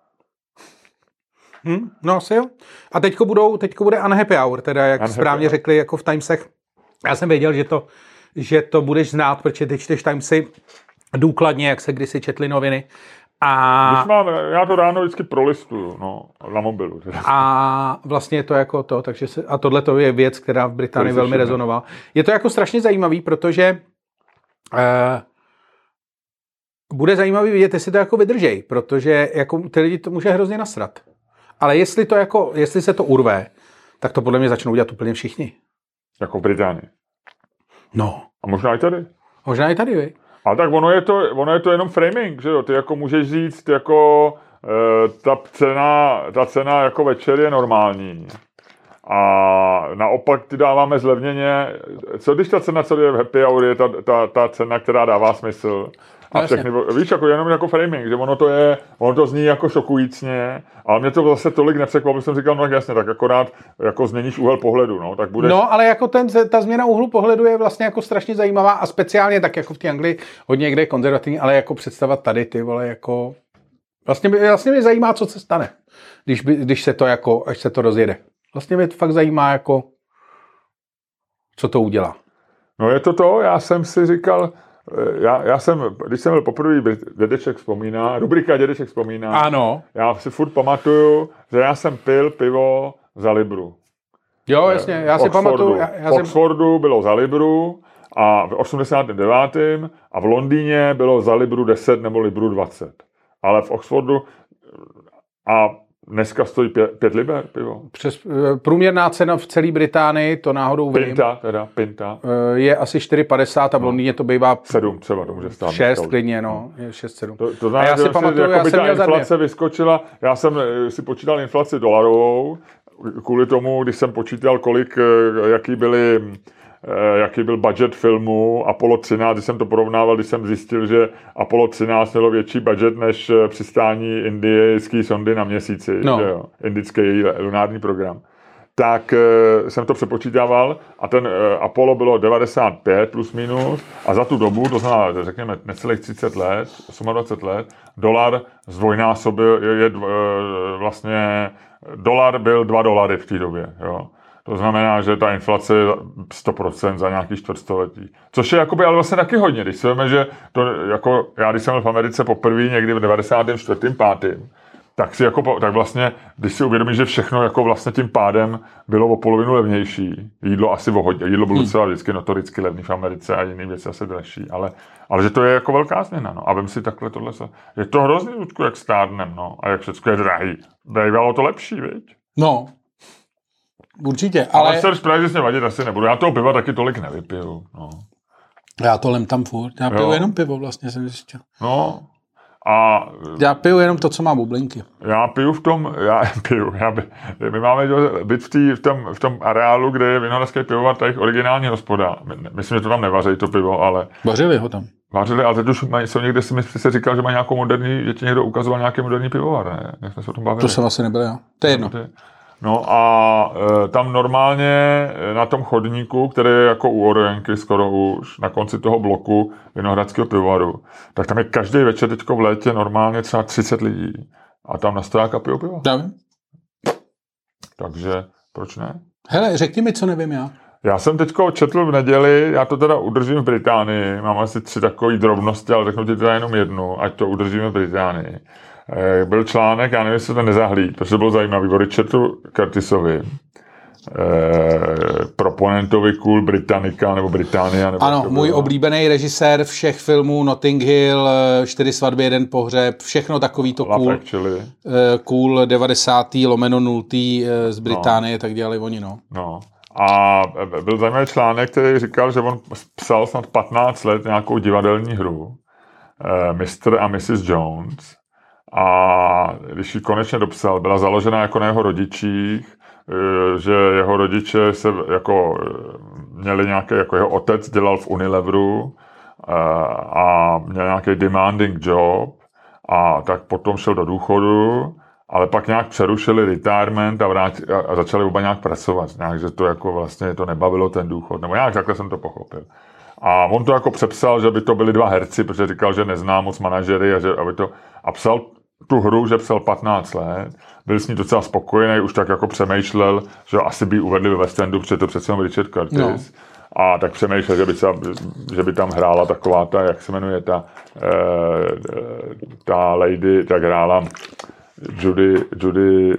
No asi jo. A teďko bude unhappy hour, teda jak správně řekli jako v Timesech. Já jsem věděl, že to budeš znát, protože ty čteš Timesy důkladně, jak se kdysi četly noviny. Já to ráno vždycky prolistuju, no, na mobilu. Teda. A vlastně je to jako to, takže a tohle to je věc, která v Británii velmi rezonovala. Je to jako strašně zajímavý, protože bude zajímavý vidět, jestli to jako vydržej, protože jako ty lidi to může hrozně nasrat. Ale jestli se to urve, tak to podle mě začnou dělat úplně všichni. Jako v Británii. No. A možná i tady. Možná i tady, vy. Ale tak ono je to jenom framing, že jo? Ty jako můžeš říct, jako ta cena jako večer je normální. A naopak ty dáváme zlevněně. Co když ta cena, co je v happy hour, je ta cena, která dává smysl. A všechny, víš, jako jenom jako framing, že ono to zní jako šokujícně, ale mě to zase tolik nepřekvapilo, jsem říkal, no jasně, tak akorát jako změníš úhel pohledu, no, tak budeš... No, ale jako ta změna úhlu pohledu je vlastně jako strašně zajímavá a speciálně tak jako v té Anglii hodně někde je konzervativní, ale jako představa tady, ty vole, jako... Vlastně mě zajímá, co se stane, když se to jako, až se to rozjede. Vlastně mě to fakt zajímá, jako, co to udělá. No je to, já jsem si říkal... Když jsem byl poprvé, dědeček vzpomíná, rubrika Dědeček vzpomíná. Ano. Já si furt pamatuju, že já jsem pil pivo za libru. Jo, jasně, já si pamatuju. V Oxfordu bylo za libru a v 89. a v Londýně bylo za libru 10 nebo libru 20. ale v Oxfordu a dneska stojí 5 liber pivo. Průměrná cena v celé Británii, to náhodou vím. Pinta. Je asi 4,50 a v Londýně to bývá 7 třeba, to může stát. 6 klidně, no. Je 6-7. To znamená, já si pamatuju, já jsem měl inflace vyskočila, já jsem si počítal inflaci dolarovou, kvůli tomu, když jsem počítal, jaký byl budget filmu Apollo 13, když jsem to porovnával, když jsem zjistil, že Apollo 13 mělo větší budget než přistání indijské sondy na měsíci, že jo, indický lunární program. Tak jsem to přepočítával a ten Apollo bylo 95 plus minus a za tu dobu, to znamená, řekněme, necelých 30 let, 28 let, dolar zdvojnásobil, vlastně dolar byl $2 v té době, jo. To znamená, že ta inflace je 100% za nějaký čtvrtstoletí. Což je jakoby, ale vlastně taky hodně, když si víme, že to, jako já, když jsem byl v Americe poprvé někdy v 94. 5. tak vlastně, když si uvědomíš, že všechno jako vlastně tím pádem bylo o polovinu levnější, jídlo bylo docela vždycky notoricky levný v Americe a jiné věci asi dražší, ale že to je jako velká změna, no. A vem si takhle tohle, je to hrozný, Ludku, jak stárnem, no, a jak všechno je drahý. Bývalo to lepší, viď? No, určitě, ale... Ale Sir Prices mě vadit asi nebudu, já toho piva taky tolik nevypiju, no. Já to lem tam furt, já piju jenom pivo vlastně, jsem zjistil. No, a... Já piju jenom to, co má bublinky. My máme být v tom areálu, kde je Vinohradský pivovar, ta jejich originální hospoda. Myslím, že to tam nevaří to pivo, ale... Vařili ho tam. Vařili, ale teď už jsou někde, si říkal, že má nějakou moderní, že ti někdo ukazoval nějaký moderní pivovar, ne? Jak jsme se o tom bavili. To jsem asi nebyl, jo. To je jedno. No a tam normálně na tom chodníku, který je jako u Orienky skoro už, na konci toho bloku Vinohradského pivovaru, tak tam je každý večer teďko v létě normálně třeba 30 lidí. A tam na stojáka pijou pivo. Takže proč ne? Hele, řekni mi, co nevím já. Já jsem teďko četl v neděli, já to teda udržím v Británii, mám asi 3 takové drobnosti, ale řeknu ti teda jenom jednu, ať to udržíme v Británii. Byl článek, já nevím, jestli to nezahlíd, protože to bylo zajímavý, o Richardu Curtisovi, proponentovi Cool Britannica, nebo Británia. Nebo ano, můj oblíbený režisér všech filmů, Notting Hill, 4 svatby, 1 pohřeb, všechno takový to cool 90. z Británie, tak dělali oni, no. A byl zajímavý článek, který říkal, že on psal snad 15 let nějakou divadelní hru, Mr. a Mrs. Jones, a když ji konečně dopsal, byla založena jako na jeho rodičích, že jeho rodiče se jako měli nějaký, jako jeho otec dělal v Unileveru a měl nějaký demanding job a tak potom šel do důchodu, ale pak nějak přerušili retirement a začali oba nějak pracovat, nějak, že to jako vlastně to nebavilo ten důchod, nebo nějak takhle jsem to pochopil. A on to jako přepsal, že by to byli 2 herci, protože říkal, že nezná moc manažery a psal tu hru, že psal 15 let, byl s ní docela spokojený, už tak jako přemýšlel, že asi by uvedli ve West Endu, protože to přece jenom Richard Curtis. No. A tak přemýšlel, že by tam hrála taková ta, jak se jmenuje, ta lady, tak hrála Judy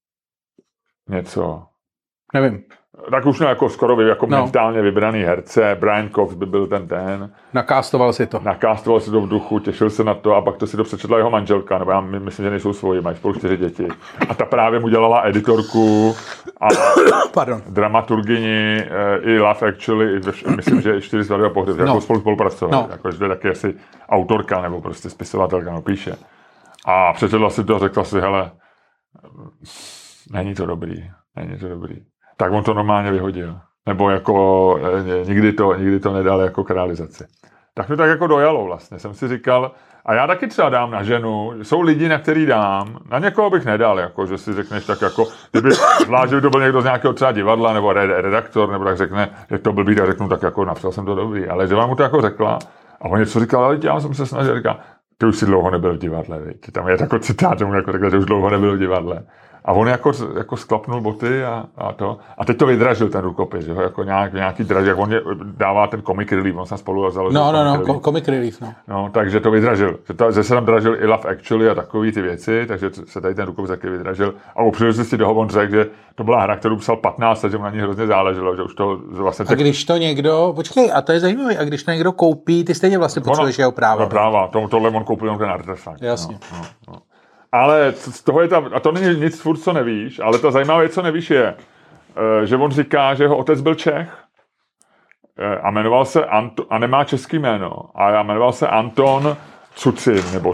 něco. Nevím. Tak už jako skoro jako mentálně vybraný herce, Brian Cox by byl ten. Nakástoval si to v duchu, těšil se na to a pak to si to přečetla jeho manželka, nebo já myslím, že nejsou svoji, mají spolu 4 děti. A ta právě mu dělala editorku a dramaturgyni i Love Actually, myslím, že i 4 svatby a pohřeb, jako spolu spolupracovali. Jako, že to je taky asi autorka nebo prostě spisovatelka, no píše. A přečetla si to a řekla si, hele, není to dobrý. Tak on to normálně vyhodil. Nebo jako nikdy to nedal jako k realizaci. Tak mi tak jako dojalo vlastně. Jsem si říkal, a já taky třeba dám na ženu, jsou lidi, na který dám, na někoho bych nedal, jako, že si řekneš tak jako, zvlášť, že by to byl někdo z nějakého třeba divadla, nebo redaktor, nebo tak řekne, že to blbý, a řeknu tak jako, napsal jsem to dobrý, ale že vám mu to jako řekla, a on něco říkal, ale já jsem se snažil, říkal, ty už si dlouho nebyl v divadle, viď? Tam je takový citát, že mu jako řekl, že už dlouho nebyl v divadle. A on jako sklapnul boty a to. A teď to vydražil ten rukopis, jo? Jako nějaký dražil, jak on dává ten comic relief, on se spolu založil. Comic relief, no. No, takže to vydražil. Že se tam dražil i Love Actually a takový ty věci, takže se tady ten rukopis taky vydražil. A u příležitosti toho on řekl, že to byla hra, kterou psal 15 let, že mu na ní hrozně záleželo, že už to vlastně... A když to někdo... Počkej, a to je zajímavé, a když to někdo koupí, ty stejně vlastně potřebuješ jeho práva. Tohle on koupil jenom ten artefakt. Jasně. No. Ale z toho je a to není nic furt, co nevíš, ale ta zajímavá věc, co nevíš, je, že on říká, že jeho otec byl Čech a jmenoval se a nemá český jméno, a jmenoval se Anton Cucin, nebo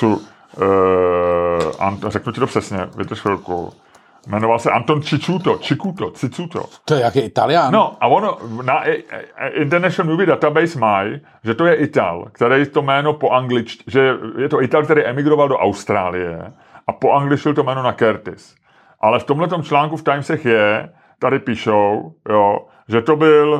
řeknu ti to přesně, vydrž chvilku. Jmenoval se Anton Cicuto. To je jaký Italián. No a ono na International Movie Database mají, že to je Ital, který to jméno po angličtině, že je to Ital, který emigroval do Austrálie a poanglištil to jméno na Curtis. Ale v tomhletom článku v Timesech tady píšou, jo, že to byl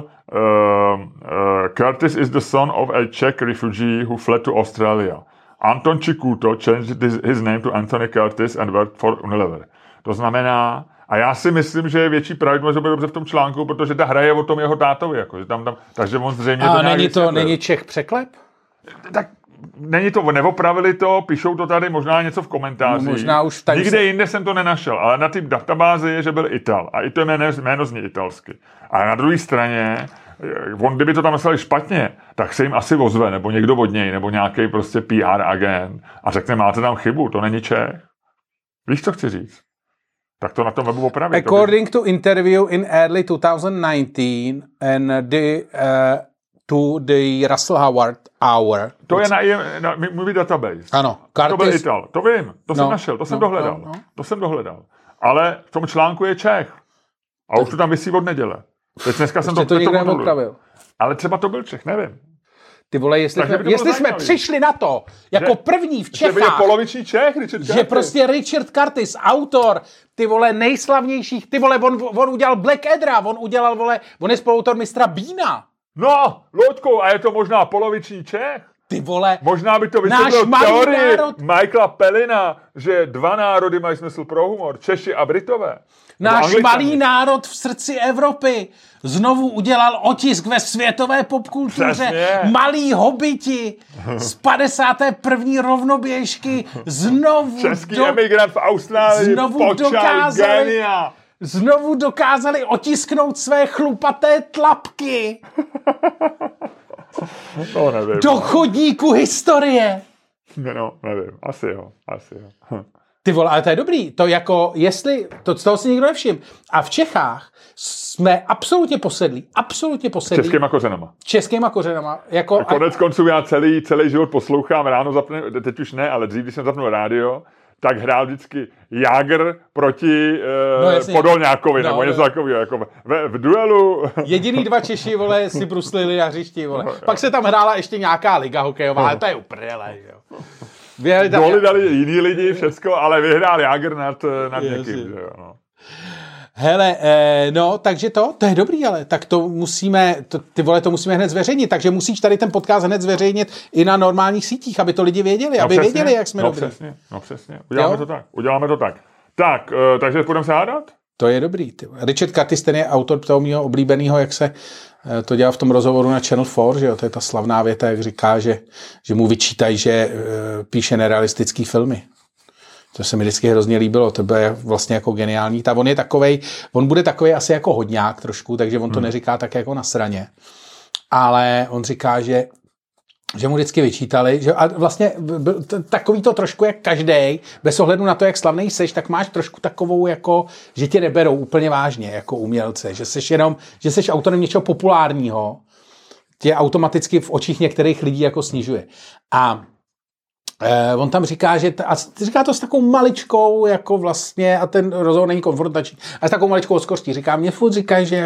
Curtis is the son of a Czech refugee who fled to Australia. Anton Cicuto changed his name to Anthony Curtis and worked for Unilever. To znamená, a já si myslím, že je větší pravděpodobnost, že bude dobře v tom článku, protože ta hra je o tom jeho tátovi, jako, že tam, takže on zřejmě to nějak není Čech překlep? Tak není to, neopravili to, píšou to tady, možná něco v komentářích. Možná už nikde jinde jsem to nenašel, ale na té databázi je, že byl Ital a i to jméno zní italsky. A na druhé straně, on kdyby to tam mysleli špatně, tak se jim asi ozve, nebo někdo od něj, nebo nějaký prostě PR agent a řekne, máte tam chybu, to není Čech. Víš, co chci říct? Tak to na tom webu opravit. According to interview in early 2019 and to the Russell Howard Hour. To je na Movie Database. Ano. To byl Ital. To vím. To jsem našel. To jsem dohledal. To jsem dohledal. Ale v tom článku je Čech. A už to tam visí od neděle. Teď dneska jsem to nikdo neodpravil. Ale třeba to byl Čech, nevím. Ty vole, jestli jsme přišli na to, jako první v Čechách, že je poloviční Čech, že prostě Richard Curtis, autor, ty vole, nejslavnějších, ty vole, on udělal Blackadra, on je spoluautor Mistra Beana. No, Loďku, a je to možná poloviční Čech? Ty vole, možná by to vysvětlil teorii Michaela Pellina, že dva národy mají smysl pro humor, Češi a Britové. Náš malý národ v srdci Evropy znovu udělal otisk ve světové popkultuře. Přesně. Malí hobiti z 51. rovnoběžky Český emigrant v Austrálii znovu dokázali otisknout své chlupaté tlapky to nevím. do chodníku historie. No, nevím. Asi jo. Ty vole, ale to je dobrý. To jako, jestli, z toho si nikdo nevšim. A v Čechách jsme absolutně posedlí. Českýma kořenama. Jako, konec konců já celý život poslouchám ráno, teď už ne, ale dřív, když jsem zapnul rádio, tak hrál vždycky Jágr proti Podolňákovi, nebo něco takového. Jako v duelu. Jediný dva Češi, vole, si bruslili na hřišti, vole. Pak se tam hrála ještě nějaká liga hokejová, ale to je uprdele, jo. Góly dali jiní lidi, všecko, ale vyhrál Jágr nad někým. No. Hele, no, takže to je dobrý, ale tak to musíme, to musíme hned zveřejnit, takže musíš tady ten podcast hned zveřejnit i na normálních sítích, aby to lidi věděli, věděli, jak jsme dobrý. Přesně. Uděláme to tak. Tak, takže půjdeme se hádat? To je dobrý. Richard Curtis, ten je autor toho mého oblíbeného, jak se to dělá v tom rozhovoru na Channel 4, že jo, to je ta slavná věta, jak říká, že mu vyčítají, že píše nerealistický filmy. To se mi vždycky hrozně líbilo, to je vlastně jako geniální. On bude takovej asi jako hodňák trošku, takže on to neříká tak jako na sraně. Ale on říká, že mu vždycky vyčítali, že a vlastně takový to trošku jak každej, bez ohledu na to, jak slavnej seš, tak máš trošku takovou jako, že tě neberou úplně vážně jako umělce, že seš autorem něčeho populárního, tě automaticky v očích některých lidí jako snižuje. A on tam říká, říká to s takovou maličkou, jako vlastně, a ten rozhovor není konfrontační, ale s takovou maličkou odskočí. Říká, mě furt říkají, že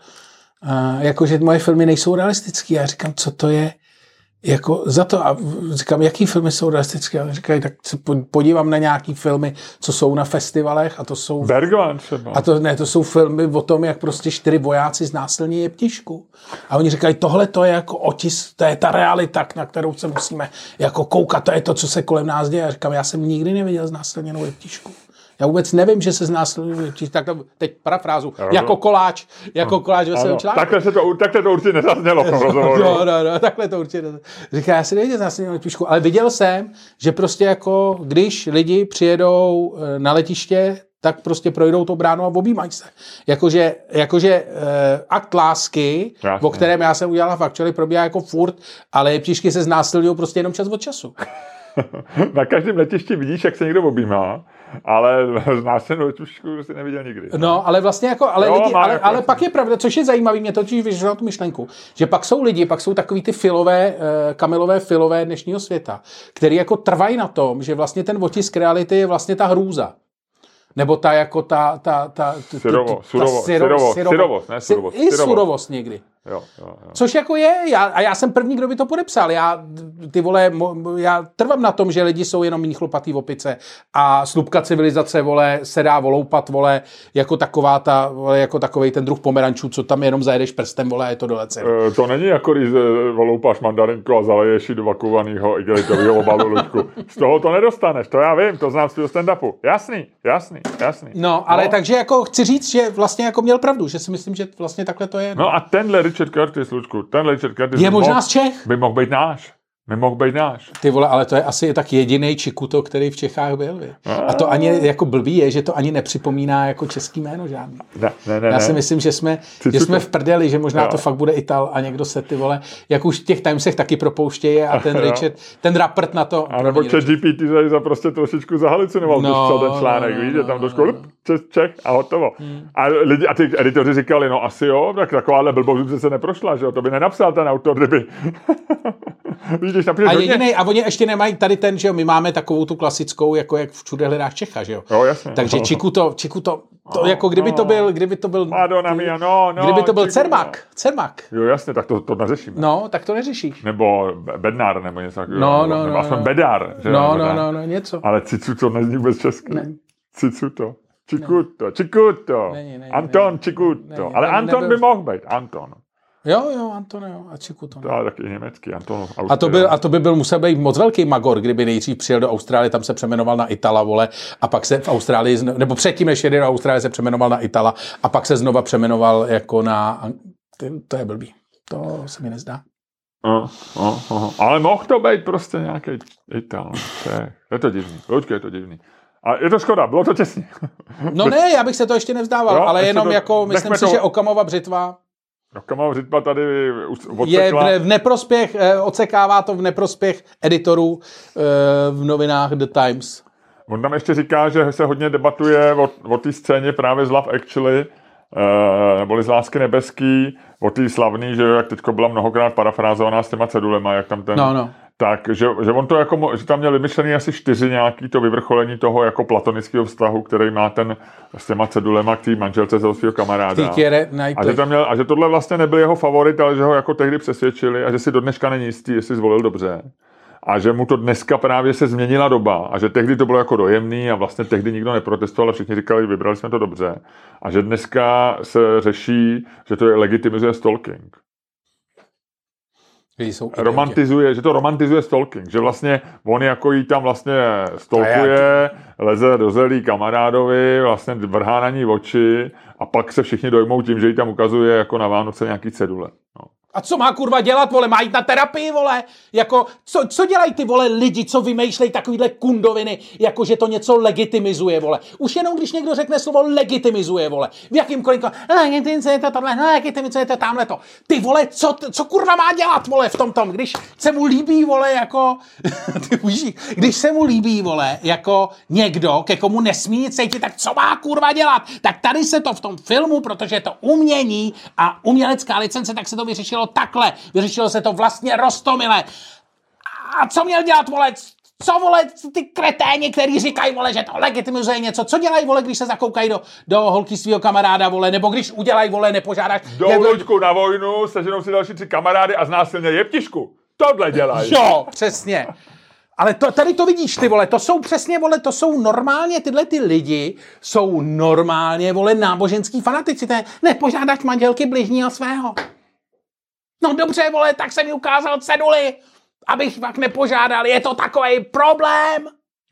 že moje filmy nejsou realistické. Já říkám, co to je? Jako za to, a říkám, jaký filmy jsou realistické? A říkají, tak se podívám na nějaký filmy, co jsou na festivalech, a to jsou... Bergman třeba. A to jsou filmy o tom, jak prostě 4 vojáci znásilní jeptišku. A oni říkají, tohle to je jako otis, to je ta realita, na kterou se musíme jako koukat, to je to, co se kolem nás děje. A říkám, já jsem nikdy neviděl znásilněnou jeptišku. Já vůbec nevím, že se znásilňují, tak teď parafrázu, jako koláč ve svém článku. Takhle to určitě nezaznělo v tom rozhovoru. No, takhle to určitě nezaznělo. Říká, já si nevěděl znásilňovat tušku, ale viděl jsem, že prostě jako, když lidi přijedou na letiště, tak prostě projdou tou bránu a objímají se. Jakože akt lásky, o kterém já jsem udělala fakt, čili probíhá jako furt, ale jeptišky se znásilňují prostě jenom čas od času. Na každém letišti vidíš, jak se někdo objímá, ale znásilnou tušku si neviděl nikdy. No, ale vlastně jako, ale pak je pravda, což je zajímavý, mě to totiž vyžilo tu myšlenku, že pak jsou takový ty Kamilové filové dnešního světa, který jako trvají na tom, že vlastně ten otisk reality je vlastně ta hrůza. Nebo ta jako ta surovost někdy. Jo. Což jako je, já jsem první, kdo by to podepsal. Já trvám na tom, že lidi jsou jenom jiný chlupatý opice a slupka civilizace, vole, se dá voloupat, vole, jako jako takovej ten druh pomerančů, co tam jenom zajedeš prstem, vole, a je to dole celý. To není jako, když voloupaš mandarinku a zaleješ ji do vakovaného igelitového obalu, Luďku. Z toho to nedostaneš, to já vím, to znám z toho stand-upu. Jasný. No, ale takže jako chci říct, že vlastně jako měl pravdu, že si myslím, že vlastně takhle to je. No a tenhle Richard Curtis, Lučku, je možná z Čech. By mohl být náš. Ty vole, ale to je asi tak jedinej Čikuto, který v Čechách byl. A to ani jako blbý je, že to ani nepřipomíná jako český jméno žádný. Ne. Já si myslím, že jsme v prdeli, že možná to fakt bude Ital a někdo se ty vole, jak už v těch Timesech taky propouštějí a ten Richard, ten rapert na to. A nebo ChatGPT za prostě trošičku zahalucinoval, když psal ten článek, víš, že tam do školy Čech a hotovo. A ty editoři říkali, no asi jo, tak takováhle blbost by se neprošla, že jo, to by nenapsal ten autor, kdyby. Víš, a jedinej, a oni ještě nemají tady ten, že jo, my máme takovou tu klasickou, jako jak všude hledáš Čecha, že jo. Jo, jasně. Takže Čikuto, to jako kdyby to byl Madonna mia, kdyby to byl Cermak. Jo, jasně, tak to neřešíme. No, tak to neřešíš. Nebo Bednar, nebo něco takového. No, aspoň Bedar. Že no, něco. Ale Cicuto není vůbec česky. Ne. Cicuto. Čikuto. Není. Anton Čikuto. Ale Anton by mohl být. Anton. Jo, Antonio a Čikuto. To je taky německý, Antonov. A to by musel být moc velký magor, kdyby nejdřív přijel do Austrálie, tam se přeměnoval na Itala, vole, a pak se v Austrálii, nebo předtím, než jede do Austrálie, se přeměnoval na Itala a pak se znova přeměnoval jako na... To je blbý. To se mi nezdá. Ale mohl to být prostě nějaký Ital. Je to divný. Luďku, je to divný. A je to škoda, bylo to těsně. No ne, já bych se to ještě nevzdával, ale jenom jako, myslím si, že Okamova břitva tady odsekla. Je v neprospěch, odsekává to v neprospěch editorů v novinách The Times. On tam ještě říká, že se hodně debatuje o té scéně právě z Love Actually, neboli z Lásky nebeský, o té slavný, že jak teďko byla mnohokrát parafrázovaná s těma cedulema, jak tam ten... No. Tak, že on to jako, že tam měl vymyšlený asi 4 nějaký to vyvrcholení toho jako platonického vztahu, který má ten s těma cedulema k té manželce ze svého kamaráda. A že tohle vlastně nebyl jeho favorit, ale že ho jako tehdy přesvědčili a že si do dneška není jistý, jestli zvolil dobře. A že mu to dneska právě se změnila doba a že tehdy to bylo jako dojemný a vlastně tehdy nikdo neprotestoval a všichni říkali, vybrali jsme to dobře. A že dneska se řeší, že to legitimizuje stalking. Že to romantizuje stalking, že vlastně on jako jí tam vlastně stalkuje, leze do zelí kamarádovi, vlastně vrhá na ní oči a pak se všichni dojmou tím, že jí tam ukazuje jako na Vánoce nějaký cedule. No. A co má kurva dělat, vole? Má jít na terapii, vole? Jako, co dělají ty, vole, lidi, co vymýšlejí takovýhle kundoviny, jako že to něco legitimizuje, vole? Už jenom, když někdo řekne slovo legitimizuje, vole. V jakýmkoliv, legitimizuje to tohle, legitimizuje to tamhleto. Ty, vole, co kurva má dělat, vole, v tom, když se mu líbí, vole, jako, když se mu líbí, vole, jako někdo, ke komu nesmí nic cítit, tak co má kurva dělat? Tak tady se to v tom filmu, protože je to umění a umělecká licence, tak se to vyřešilo takhle. Vyřešilo se to vlastně roztomile. A co měl dělat, vole? Co, vole, ty kreténi, který říkají, vole, že to legitimizuje něco? Co dělají, vole, když se zakoukají do holky svého kamaráda, vole? Nebo když udělají, vole, nepožádáš... Jdou, Luďku, na vojnu, seženou si další 3 kamarády a znásilně jeptišku. Tohle dělají. Jo, přesně. Ale tady to vidíš, ty vole, to jsou přesně, vole, to jsou normálně, tyhle ty lidi jsou normálně, vole, náboženský fanatici. To je, nepožádáš manželky bližního svého. No dobře, vole, tak jsem mi ukázal ceduly, abych fakt nepožádal. Je to takovej problém?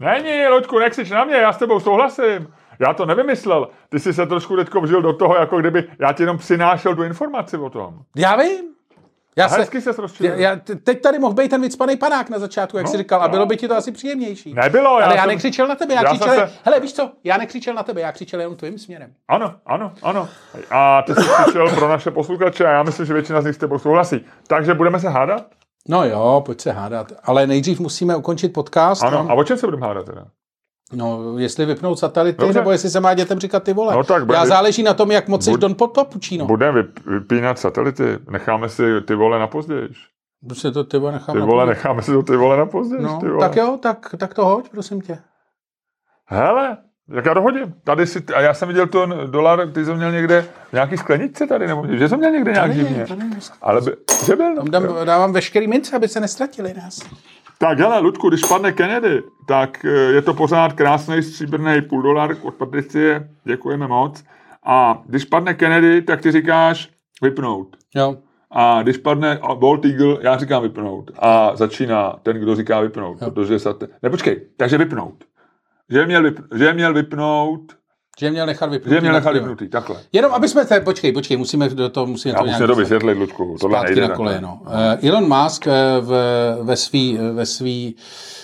Není, Luďku, nekřič na mě, já s tebou souhlasím. Já to nevymyslel. Ty jsi se trošku teďko vžil do toho, jako kdyby já ti jenom přinášel tu informaci o tom. Já vím. Hezky se rozčilil. Teď tady mohl být ten vycpanej panák na začátku, jak jsi říkal, a bylo by ti to asi příjemnější. Nebylo. Ale já nekřičel na tebe, hele, víš co, já nekřičel na tebe, já křičel jenom tvým směrem. Ano. A ty jsi křičel pro naše posluchače a já myslím, že většina z nich s tebou souhlasí. Takže budeme se hádat? No jo, pojď se hádat. Ale nejdřív musíme ukončit podcast. Ano, a o čem se budeme hádat teda? No, jestli vypnout satelity, nebo jestli se má dětem říkat ty vole. No, tak záleží na tom, jak moc jsi Don Papučino. Budeme vypínat satelity, necháme si ty vole na později. Prostě to ty vole necháme si to ty vole na později. No, tak jo, tak to hoď, prosím tě. Hele, jak já to hodím. Tady si, a já jsem viděl ten dolar, ty jsi měl někde v nějaký skleničce tady, nebo že jsem měl někde nějak divně. Ale že byl? Tam dávám veškerý mince, aby se nestratili nás. Tak hele, Ludku, když padne Kennedy, tak je to pořád krásný stříbrný $0,5 od Patricie, děkujeme moc. A když padne Kennedy, tak ty říkáš vypnout. Jo. A když padne Bald Eagle, já říkám vypnout. A začíná ten, kdo říká vypnout. Jo. Protože počkej, takže vypnout. Že měl vypnout. Že měl nechat vypnutý, takhle. Jenom aby jsme počkej, musíme to musíme to vysvětlit, Ludku. Tohle zpátky nejde na kole, no. Elon Musk ve svý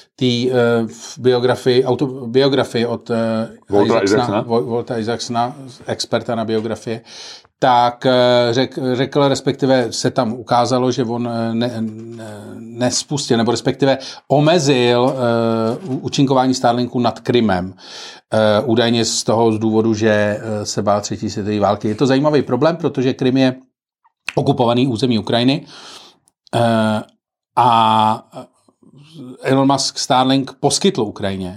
biografii od Walta Isaacsona, experta na biografie, tak řekl, respektive se tam ukázalo, že on nespustil, nebo respektive omezil účinkování Starlinku nad Krymem. Údajně z toho důvodu, že se bál třetí světové války. Je to zajímavý problém, protože Krym je okupovaný území Ukrajiny a Elon Musk Starlink poskytl Ukrajině,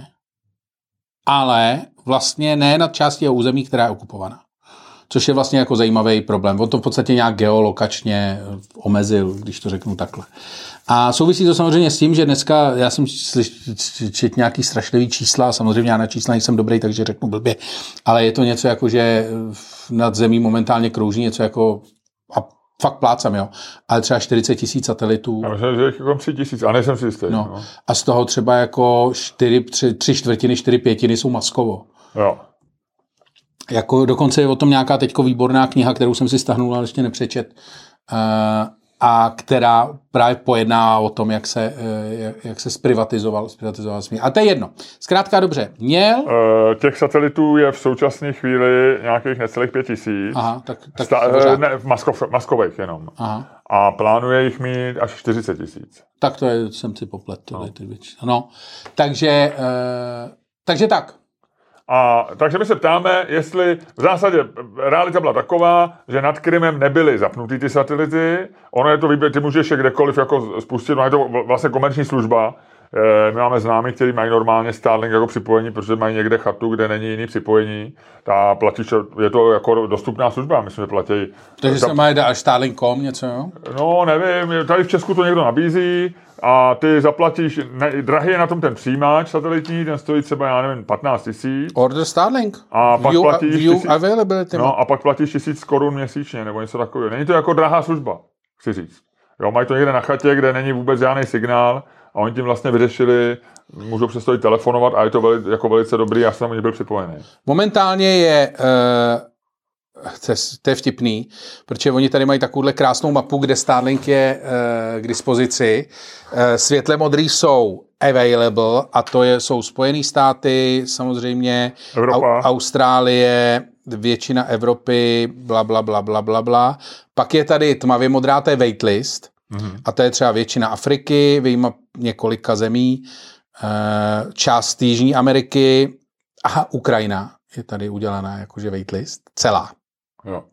ale vlastně ne nad částí jeho území, která je okupovaná. Což je vlastně jako zajímavý problém. On to v podstatě nějak geolokačně omezil, když to řeknu takhle. A souvisí to samozřejmě s tím, že dneska, já jsem četl nějaký strašlivý čísla, samozřejmě já na čísla nejsem dobrý, takže řeknu blbě, ale je to něco jako, že nad zemí momentálně krouží něco jako, a fakt plácám, jo, ale třeba 40 000 satelitů. Já myslím, že jako 3 000, a nejsem si jistý. No. A z toho třeba jako 3/4, 4/5 jsou Muskovo. Jo. Jako dokonce je o tom nějaká teďko výborná kniha, kterou jsem si stáhnul, ale ještě nepřečet, a která právě pojedná o tom, jak se zprivatizoval smí. A to je jedno. Zkrátka dobře. Těch satelitů je v současné chvíli nějakých necelých 5 000. Aha, maskových jenom. Aha. A plánuje jich mít až 40 000. Tak to je, jsem si popletl. No. Takže tak. A takže my se ptáme, jestli v zásadě realita byla taková, že nad Krymem nebyly zapnutý ty satelity. Ono je to ty můžeš je kdekoliv jako spustit, no je to vlastně komerční služba. My máme známí, kteří mají normálně Starlink jako připojení, protože mají někde chatu, kde není jiný připojení. Je to jako dostupná služba, myslím, že platí. Takže se mají až Starlink.com něco, jo? No, nevím, tady v Česku to někdo nabízí a ty zaplatíš, drahý je na tom ten přijímač satelitní, ten stojí třeba, já nevím, 15 000. Order Starlink. A pak platíš availability. No, a pak platíš 1000 korun měsíčně, nebo něco takového. Není to jako drahá služba, chci říct. Jo, mají to někde na chatě, kde není vůbec žádný signál a oni tím vlastně vyřešili, můžou přes to i telefonovat a je to jako velice dobrý, já jsem u nich byl připojený. Momentálně je to je vtipný, protože oni tady mají takovouhle krásnou mapu, kde Starlink je k dispozici. Světle modrý jsou available a to jsou Spojené státy, samozřejmě Austrálie, většina Evropy, bla. Pak je tady tmavě modrá, to je waitlist a to je třeba většina Afriky, vyjma několika zemí, část Jižní Ameriky a Ukrajina je tady udělaná jakože waitlist, celá. Jo.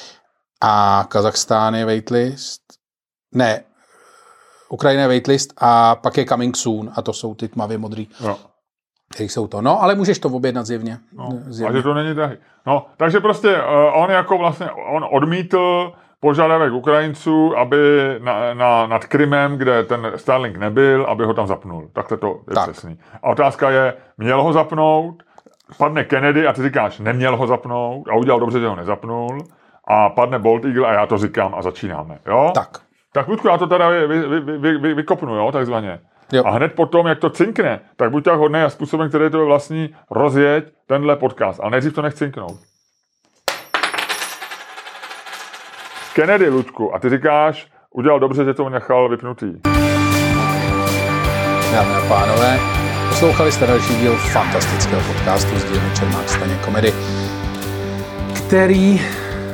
A Kazachstán je waitlist. Ne, Ukrajina je waitlist a pak je coming soon a to jsou ty tmavě modrý. Jo. Který jsou to. No, ale můžeš to objednat zjevně. A že to není drahý. No, takže prostě on odmítl požadavek Ukrajinců, aby nad Krymem, kde ten Starlink nebyl, aby ho tam zapnul. Takhle to je přesný. A otázka je, měl ho zapnout, padne Kennedy a ty říkáš, neměl ho zapnout a udělal dobře, že ho nezapnul a padne Bald Eagle a já to říkám a začínáme, jo? Tak. Tak Ludku, já to teda vykopnu, jo, takzvaně. Jo. A hned potom, jak to cinkne, tak buď tak hodnej a způsobem, který to je vlastní, rozjeď tenhle podcast. Ale nejdřív to nech cinknout. Kennedy, Luďku, a ty říkáš, udělal dobře, že to nechal vypnutý. Dámy a pánové, poslouchali jste další díl fantastického podcastu z dílny Čermák Staněk Komedy, který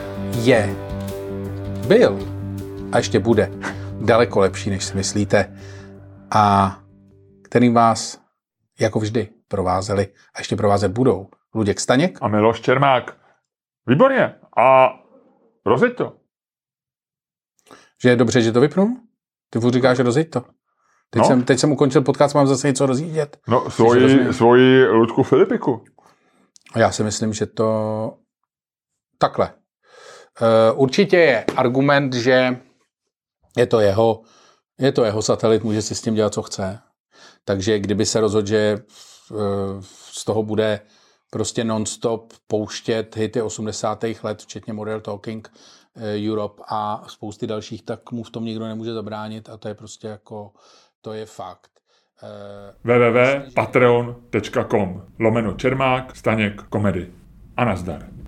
byl a ještě bude daleko lepší, než si myslíte, a kterým vás, jako vždy, provázeli a ještě provázet budou Luděk Staněk a Miloš Čermák. Výborně. A rozjeď to. Že je dobře, že to vypnu? Ty furt říkáš, že rozjeď to. Teď jsem ukončil podcast, mám zase něco rozjíždět. No, svoji Luďku Filipiku. Já si myslím, že to takhle. Určitě je argument, že je to jeho satelit, může si s tím dělat, co chce. Takže kdyby se rozhodl, že z toho bude prostě non-stop pouštět hity 80. let, včetně Model Talking Europe a spousty dalších, tak mu v tom nikdo nemůže zabránit a to je prostě jako, to je fakt. www.patreon.com/Čermák Staněk Komedy. A nazdar.